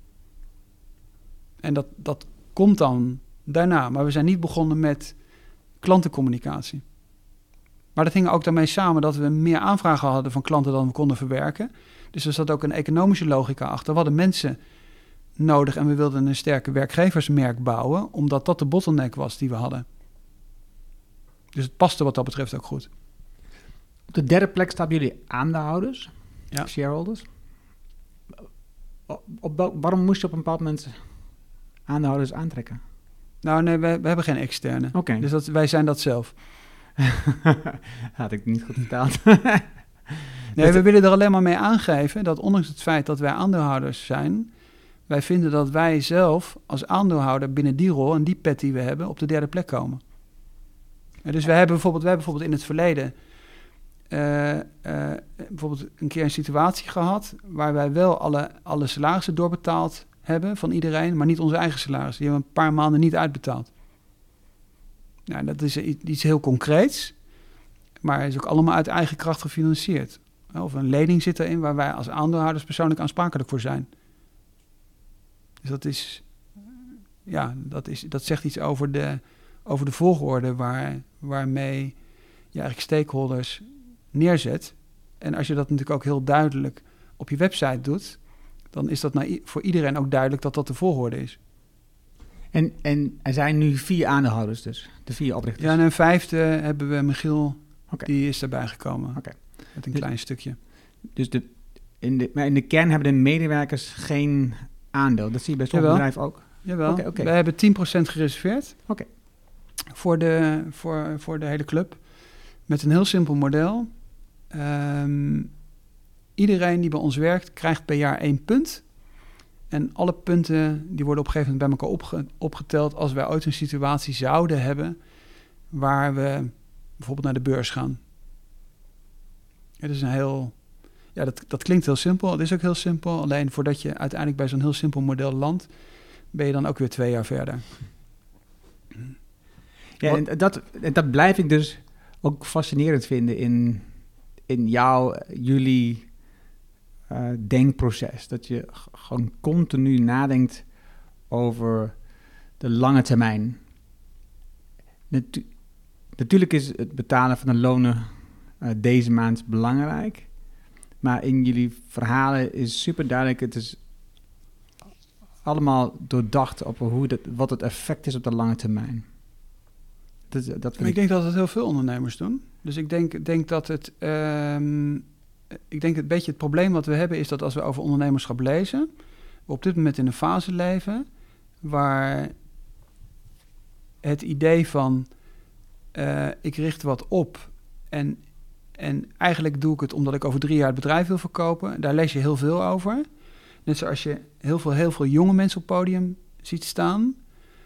En dat, dat komt dan daarna. Maar we zijn niet begonnen met klantencommunicatie. Maar dat hing ook daarmee samen dat we meer aanvragen hadden van klanten dan we konden verwerken. Dus er zat ook een economische logica achter. We hadden mensen nodig en we wilden een sterke werkgeversmerk bouwen, omdat dat de bottleneck was die we hadden. Dus het paste wat dat betreft ook goed. Op de derde plek staan jullie aandeelhouders, Ja. shareholders. Op, op, wel- waarom moest je op een bepaald moment aandeelhouders aantrekken? Nou nee, we, we hebben geen externe. Oké. Dus dat, wij zijn dat zelf. Had ik niet goed vertaald. Nee, we willen er alleen maar mee aangeven dat ondanks het feit dat wij aandeelhouders zijn, wij vinden dat wij zelf als aandeelhouder binnen die rol en die pet die we hebben op de derde plek komen. En dus wij hebben bijvoorbeeld, wij hebben bijvoorbeeld in het verleden uh, uh, bijvoorbeeld een keer een situatie gehad waar wij wel alle, alle salarissen doorbetaald hebben van iedereen, maar niet onze eigen salaris. Die hebben we een paar maanden niet uitbetaald. Nou, dat is iets heel concreets, maar het is ook allemaal uit eigen kracht gefinancierd. Of een lening zit erin waar wij als aandeelhouders persoonlijk aansprakelijk voor zijn. Dus dat is, ja, dat, is, dat zegt iets over de, over de volgorde waar, waarmee je eigenlijk stakeholders neerzet. En als je dat natuurlijk ook heel duidelijk op je website doet, dan is dat nou voor iedereen ook duidelijk dat dat de volgorde is. En, en er zijn nu vier aandeelhouders dus, de vier oprichters. Ja, en een vijfde hebben we Michiel, Oké. die is erbij gekomen. Oké. Met een Dus- klein stukje. Dus de, in, de, maar in de kern hebben de medewerkers geen aandeel. Dat zie je bij sommige Jawel. bedrijven ook. Jawel, Oké, oké. we hebben tien procent gereserveerd Oké. voor, de, voor, voor de hele club. Met een heel simpel model. Um, iedereen die bij ons werkt krijgt per jaar één punt. En alle punten die worden op een gegeven moment bij elkaar opge, opgeteld als wij ooit een situatie zouden hebben waar we bijvoorbeeld naar de beurs gaan. Het is een heel... Ja, dat, dat klinkt heel simpel. Het is ook heel simpel. Alleen voordat je uiteindelijk bij zo'n heel simpel model landt, ben je dan ook weer twee jaar verder. Ja, en dat, en dat blijf ik dus ook fascinerend vinden in, in jouw, jullie uh, denkproces. Dat je g- gewoon continu nadenkt over de lange termijn. Natu- natuurlijk is het betalen van de lonen uh, deze maand belangrijk. Maar in jullie verhalen is super duidelijk, het is allemaal doordacht over hoe dat, wat het effect is op de lange termijn. Dat, dat vind Maar ik denk dat het heel veel ondernemers doen. Dus ik denk, denk dat het... Um, ik denk een beetje het probleem wat we hebben is dat als we over ondernemerschap lezen, we op dit moment in een fase leven waar het idee van uh, ik richt wat op en, en eigenlijk doe ik het omdat ik over drie jaar het bedrijf wil verkopen. Daar lees je heel veel over. Net zoals je heel veel, heel veel jonge mensen op het podium ziet staan.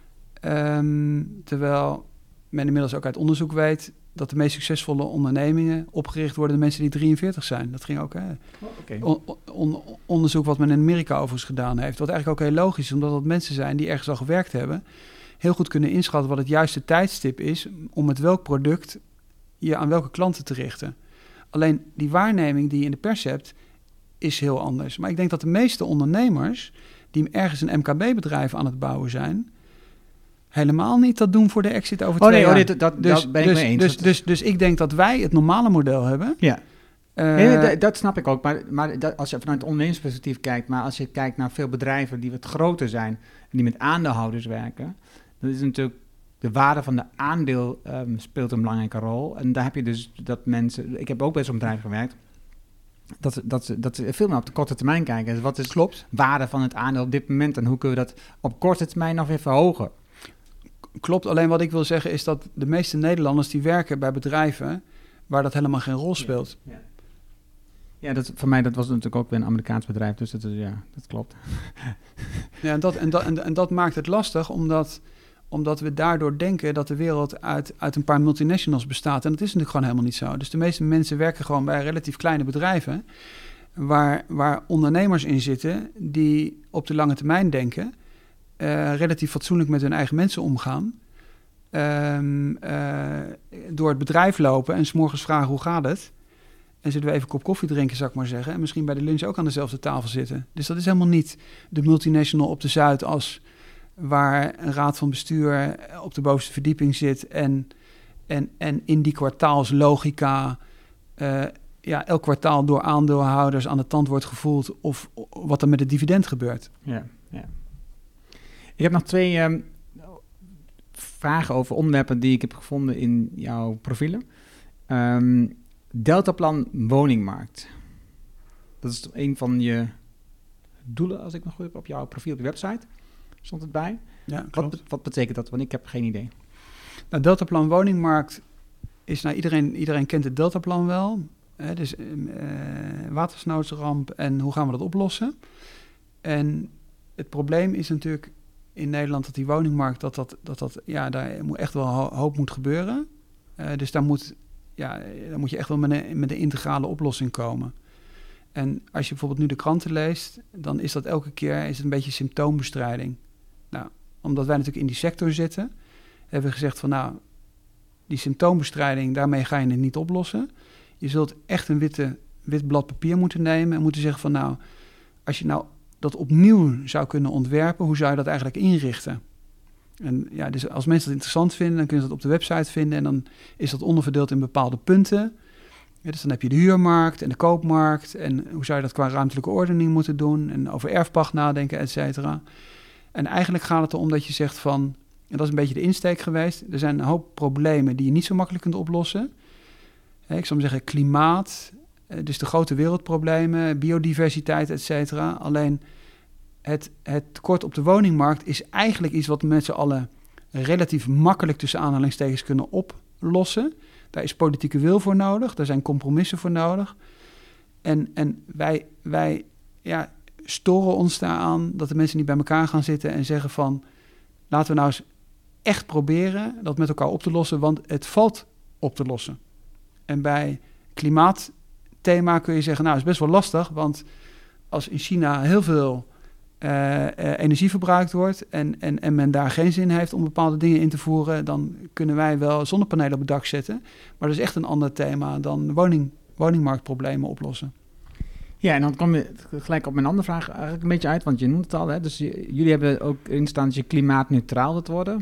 Um, terwijl men inmiddels ook uit onderzoek weet dat de meest succesvolle ondernemingen opgericht worden door mensen die drieënveertig zijn. Dat ging ook hè, Oh, okay. on, on, onderzoek wat men in Amerika overigens gedaan heeft. Wat eigenlijk ook heel logisch is, omdat dat mensen zijn die ergens al gewerkt hebben, heel goed kunnen inschatten wat het juiste tijdstip is om met welk product je aan welke klanten te richten. Alleen die waarneming die je in de pers hebt, is heel anders. Maar ik denk dat de meeste ondernemers die ergens een M K B-bedrijf aan het bouwen zijn, helemaal niet dat doen voor de exit over Oh twee nee, jaar. oh, dit, dat, Dus, dat ben ik dus, mee eens. dus, Dat- dus, dus ik denk dat wij het normale model hebben. ja. Uh, Nee, nee, dat, dat snap ik ook. Maar, maar dat, als je vanuit het ondernemersperspectief kijkt, maar als je kijkt naar veel bedrijven die wat groter zijn en die met aandeelhouders werken, dan is natuurlijk de waarde van de aandeel um, speelt een belangrijke rol. En daar heb je dus dat mensen, ik heb ook bij zo'n bedrijf gewerkt, dat, dat, ze- dat ze veel meer op de korte termijn kijken. Dus wat is Klopt. waarde van het aandeel op dit moment en hoe kunnen we dat op korte termijn nog weer verhogen? Klopt, alleen wat ik wil zeggen is dat de meeste Nederlanders die werken bij bedrijven waar dat helemaal geen rol speelt. Ja, ja. ja dat, voor mij dat was natuurlijk ook weer een Amerikaans bedrijf, dus dat, is, ja, dat klopt. Ja, en dat, en, dat, en, en dat maakt het lastig, omdat, omdat we daardoor denken dat de wereld uit, uit een paar multinationals bestaat. En dat is natuurlijk gewoon helemaal niet zo. Dus de meeste mensen werken gewoon bij relatief kleine bedrijven, waar, waar ondernemers in zitten die op de lange termijn denken, uh, relatief fatsoenlijk met hun eigen mensen omgaan, um, uh, door het bedrijf lopen en 's morgens vragen hoe gaat het. En zullen we even een kop koffie drinken, zou ik maar zeggen. En misschien bij de lunch ook aan dezelfde tafel zitten. Dus dat is helemaal niet de multinational op de Zuidas, waar een raad van bestuur op de bovenste verdieping zit en, en, en in die kwartaalslogica uh, ja, elk kwartaal door aandeelhouders aan de tand wordt gevoeld of wat er met het dividend gebeurt. Ja, ja. Ik heb nog twee um, vragen over onderwerpen die ik heb gevonden in jouw profielen. Um, Deltaplan woningmarkt. Dat is een van je doelen, als ik me goed heb, op jouw profiel op je website. Stond het bij? Ja, wat, wat betekent dat? Want ik heb geen idee. Nou, Deltaplan woningmarkt is, nou, iedereen, iedereen kent het Deltaplan wel. Hè, dus uh, watersnoodsramp en hoe gaan we dat oplossen? En het probleem is natuurlijk in Nederland dat die woningmarkt, dat dat, dat, dat ja, daar moet echt wel een hoop moet gebeuren. Uh, dus daar moet, ja, daar moet je echt wel met een, met een integrale oplossing komen. En als je bijvoorbeeld nu de kranten leest, dan is dat elke keer is het een beetje symptoombestrijding. Nou, omdat wij natuurlijk in die sector zitten, hebben we gezegd van nou, die symptoombestrijding, daarmee ga je het niet oplossen. Je zult echt een witte, wit blad papier moeten nemen en moeten zeggen van nou, als je nou dat opnieuw zou kunnen ontwerpen, hoe zou je dat eigenlijk inrichten? En ja, dus als mensen dat interessant vinden, dan kunnen ze dat op de website vinden en dan is dat onderverdeeld in bepaalde punten. Ja, dus dan heb je de huurmarkt en de koopmarkt en hoe zou je dat qua ruimtelijke ordening moeten doen en over erfpacht nadenken, et cetera. En eigenlijk gaat het erom dat je zegt van, en dat is een beetje de insteek geweest, er zijn een hoop problemen die je niet zo makkelijk kunt oplossen. Ik zou maar zeggen klimaat, dus de grote wereldproblemen, biodiversiteit, et cetera. Alleen het, het tekort op de woningmarkt is eigenlijk iets wat we met z'n allen relatief makkelijk tussen aanhalingstekens kunnen oplossen. Daar is politieke wil voor nodig, daar zijn compromissen voor nodig. En, en wij, wij ja, storen ons daaraan dat de mensen niet bij elkaar gaan zitten en zeggen van, laten we nou eens echt proberen dat met elkaar op te lossen, want het valt op te lossen. En bij klimaatthema kun je zeggen, nou, het is best wel lastig, want als in China heel veel uh, uh, energie verbruikt wordt en, en, en men daar geen zin heeft om bepaalde dingen in te voeren, dan kunnen wij wel zonnepanelen op het dak zetten. Maar dat is echt een ander thema dan woning, woningmarktproblemen oplossen. Ja, en dan kom je gelijk op mijn andere vraag eigenlijk een beetje uit, want je noemt het al, hè? Dus je, jullie hebben ook in staan dat je klimaatneutraal wilt worden.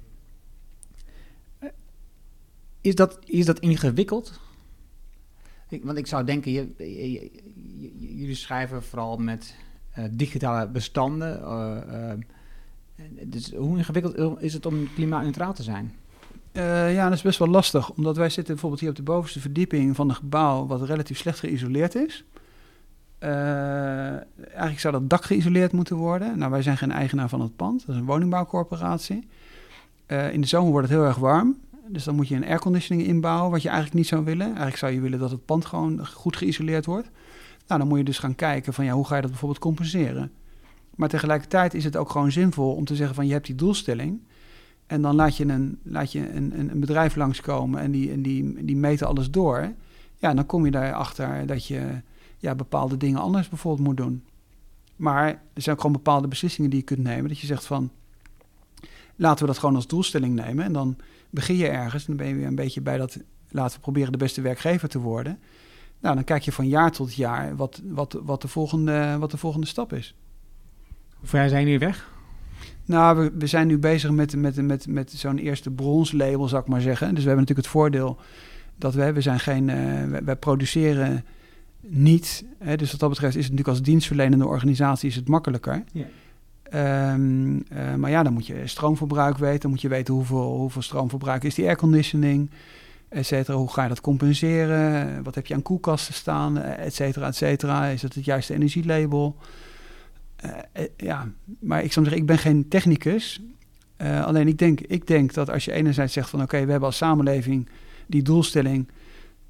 Is dat, is dat ingewikkeld? Ik, want ik zou denken, je, je, je, je, jullie schrijven vooral met uh, digitale bestanden. Uh, uh, dus hoe ingewikkeld is het om klimaatneutraal te zijn? Uh, ja, dat is best wel lastig. Omdat wij zitten bijvoorbeeld hier op de bovenste verdieping van een gebouw wat relatief slecht geïsoleerd is. Uh, eigenlijk zou dat dak geïsoleerd moeten worden. Nou, wij zijn geen eigenaar van het pand. Dat is een woningbouwcorporatie. Uh, in de zomer wordt het heel erg warm. Dus dan moet je een airconditioning inbouwen, wat je eigenlijk niet zou willen. Eigenlijk zou je willen dat het pand gewoon goed geïsoleerd wordt. Nou, dan moet je dus gaan kijken van ja, hoe ga je dat bijvoorbeeld compenseren? Maar tegelijkertijd is het ook gewoon zinvol om te zeggen van je hebt die doelstelling. En dan laat je een, laat je een, een, een bedrijf langskomen en die, en die, die meten alles door. Ja, dan kom je daarachter dat je ja, bepaalde dingen anders bijvoorbeeld moet doen. Maar er zijn ook gewoon bepaalde beslissingen die je kunt nemen. Dat je zegt van, laten we dat gewoon als doelstelling nemen. En dan begin je ergens en dan ben je weer een beetje bij dat, laten we proberen de beste werkgever te worden. Nou, dan kijk je van jaar tot jaar wat, wat, wat, de, volgende, wat de volgende stap is. Hoe ver zijn jullie weg? Nou, we, we zijn nu bezig met, met, met, met zo'n eerste bronslabel, zou ik maar zeggen. Dus we hebben natuurlijk het voordeel dat we, we zijn geen, uh, wij, wij produceren niet. Hè, dus wat dat betreft is het natuurlijk als dienstverlenende organisatie is het makkelijker. Ja. Um, uh, maar ja, dan moet je stroomverbruik weten. Dan moet je weten hoeveel, hoeveel stroomverbruik is die airconditioning, et cetera. Hoe ga je dat compenseren? Wat heb je aan koelkasten staan, et cetera, et cetera. Is dat het juiste energielabel? Uh, uh, ja, maar ik zou zeggen, ik ben geen technicus. Uh, alleen ik denk, ik denk dat als je enerzijds zegt van oké, okay, we hebben als samenleving die doelstelling.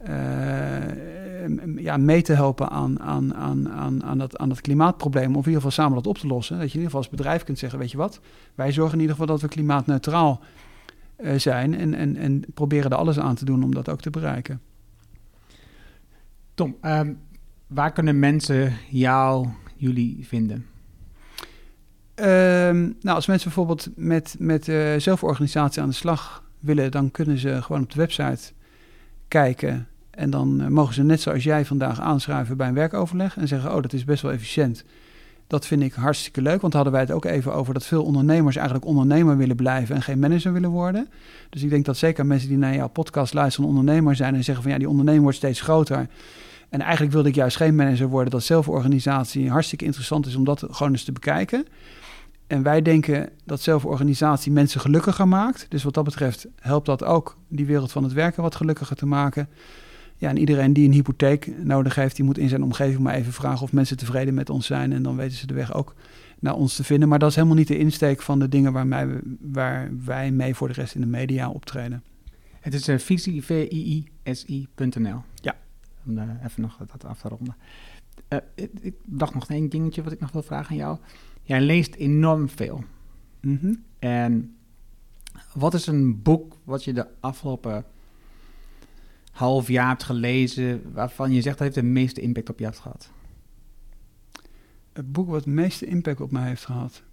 uh, ja, mee te helpen aan, aan, aan, aan, aan, dat, aan dat klimaatprobleem, of in ieder geval samen dat op te lossen. Dat je in ieder geval als bedrijf kunt zeggen, weet je wat, wij zorgen in ieder geval dat we klimaatneutraal uh, zijn en, en, en proberen er alles aan te doen om dat ook te bereiken. Tom, um, waar kunnen mensen jou, jullie vinden? Um, nou, als mensen bijvoorbeeld met, met uh, zelforganisatie aan de slag willen, dan kunnen ze gewoon op de website kijken. En dan uh, mogen ze net zoals jij vandaag aanschrijven bij een werkoverleg en zeggen, oh, dat is best wel efficiënt. Dat vind ik hartstikke leuk, want hadden wij het ook even over dat veel ondernemers eigenlijk ondernemer willen blijven en geen manager willen worden. Dus ik denk dat zeker mensen die naar jouw podcast luisteren ondernemer zijn en zeggen van ja, die onderneming wordt steeds groter. En eigenlijk wilde ik juist geen manager worden, dat zelforganisatie hartstikke interessant is om dat gewoon eens te bekijken. En wij denken dat zelforganisatie mensen gelukkiger maakt. Dus wat dat betreft helpt dat ook die wereld van het werken wat gelukkiger te maken. Ja, en iedereen die een hypotheek nodig heeft, die moet in zijn omgeving maar even vragen of mensen tevreden met ons zijn. En dan weten ze de weg ook naar ons te vinden. Maar dat is helemaal niet de insteek van de dingen waar wij, waar wij mee voor de rest in de media optreden. Het is uh, visie, v i i s i punt n l. Ja. Om uh, even nog dat af te ronden. Uh, ik, ik dacht nog één dingetje wat ik nog wil vragen aan jou. Jij leest enorm veel. Mm-hmm. En wat is een boek wat je de afgelopen half jaar hebt gelezen, waarvan je zegt dat heeft de meeste impact op je heeft gehad? Het boek wat de meeste impact op mij heeft gehad?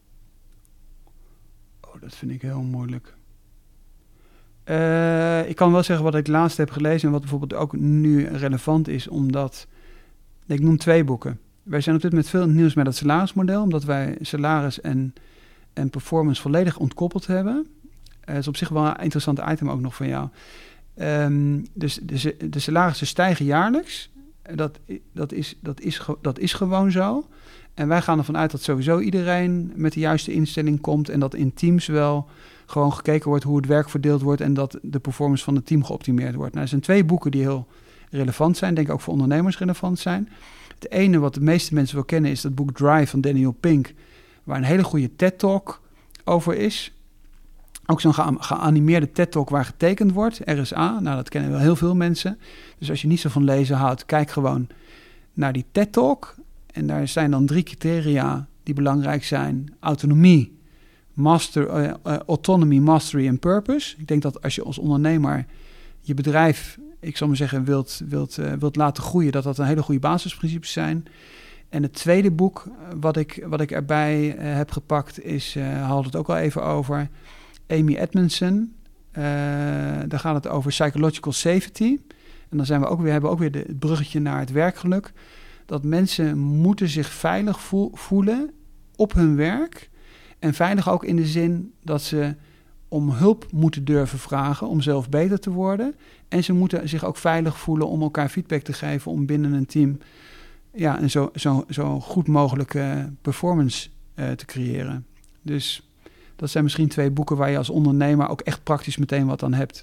Oh, dat vind ik heel moeilijk. Uh, ik kan wel zeggen wat ik laatst heb gelezen en wat bijvoorbeeld ook nu relevant is, omdat, ik noem twee boeken. Wij zijn op dit moment veel in het nieuws met het salarismodel, omdat wij salaris en, en performance volledig ontkoppeld hebben. Dat uh, is op zich wel een interessant item ook nog van jou. Um, dus de, de salarissen stijgen jaarlijks. Dat, dat, is, dat, is, dat is gewoon zo. En wij gaan ervan uit dat sowieso iedereen met de juiste instelling komt en dat in teams wel gewoon gekeken wordt hoe het werk verdeeld wordt en dat de performance van het team geoptimeerd wordt. Nou, er zijn twee boeken die heel relevant zijn, denk ik ook voor ondernemers relevant zijn. Het ene wat de meeste mensen wel kennen is dat boek Drive van Daniel Pink, waar een hele goede TED-talk over is. Ook zo'n ge- geanimeerde TED-talk waar getekend wordt, R S A. Nou, dat kennen wel heel veel mensen. Dus als je niet zo van lezen houdt, kijk gewoon naar die TED-talk. En daar zijn dan drie criteria die belangrijk zijn. Autonomie, master, uh, uh, autonomy, mastery en purpose. Ik denk dat als je als ondernemer je bedrijf, ik zal maar zeggen, wilt, wilt, uh, wilt laten groeien, dat dat een hele goede basisprincipes zijn. En het tweede boek wat ik, wat ik erbij uh, heb gepakt is, uh, had het ook al even over, Amy Edmondson. Uh, daar gaat het over psychological safety. En dan zijn we ook weer, hebben we ook weer de, het bruggetje naar het werkgeluk. Dat mensen moeten zich veilig vo- voelen op hun werk. En veilig ook in de zin dat ze om hulp moeten durven vragen om zelf beter te worden. En ze moeten zich ook veilig voelen om elkaar feedback te geven om binnen een team ja, een zo, zo, zo goed mogelijke performance uh, te creëren. Dus dat zijn misschien twee boeken waar je als ondernemer ook echt praktisch meteen wat aan hebt.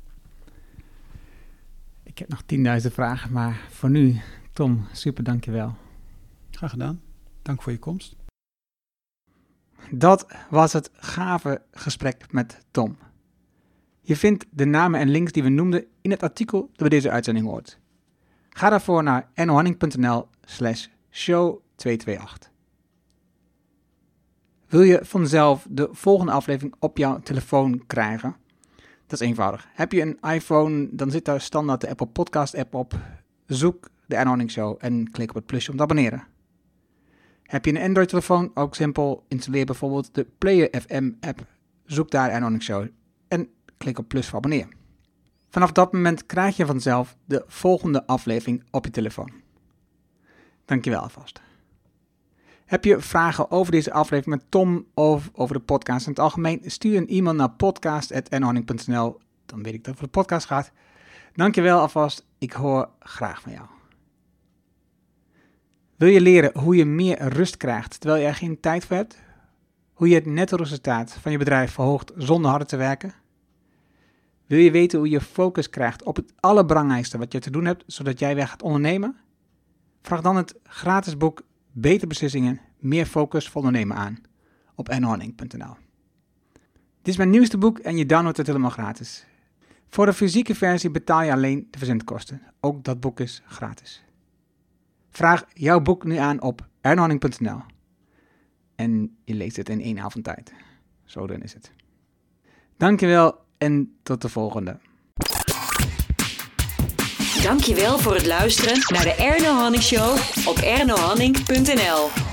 Ik heb nog tienduizend vragen, maar voor nu, Tom, super dankjewel. Graag gedaan. Dank voor je komst. Dat was het gave gesprek met Tom. Je vindt de namen en links die we noemden in het artikel dat bij deze uitzending hoort. Ga daarvoor naar ernohanning.nl slash show tweehonderdachtenveertig. Wil je vanzelf de volgende aflevering op jouw telefoon krijgen? Dat is eenvoudig. Heb je een iPhone, dan zit daar standaard de Apple Podcast app op. Zoek de Erno Show en klik op het plusje om te abonneren. Heb je een Android-telefoon? Ook simpel. Installeer bijvoorbeeld de Player F M app. Zoek daar Erno Show en klik op plus voor abonneren. Vanaf dat moment krijg je vanzelf de volgende aflevering op je telefoon. Dankjewel alvast. Heb je vragen over deze aflevering met Tom of over de podcast in het algemeen? Stuur een e-mail naar podcast at ernohanning punt n l. Dan weet ik dat het over de podcast gaat. Dankjewel alvast. Ik hoor graag van jou. Wil je leren hoe je meer rust krijgt terwijl je er geen tijd voor hebt? Hoe je het netto resultaat van je bedrijf verhoogt zonder harder te werken? Wil je weten hoe je focus krijgt op het allerbelangrijkste wat je te doen hebt, zodat jij weer gaat ondernemen? Vraag dan het gratis boek Beter Beslissingen, Meer Focus voor Ondernemen aan op ernohanning punt n l. Dit is mijn nieuwste boek en je downloadt het helemaal gratis. Voor de fysieke versie betaal je alleen de verzendkosten. Ook dat boek is gratis. Vraag jouw boek nu aan op ernohanning punt n l. En je leest het in één avond tijd. Zo dan is het. Dankjewel en tot de volgende. Dankjewel voor het luisteren naar de Erno Hanning Show op erno hanning punt n l.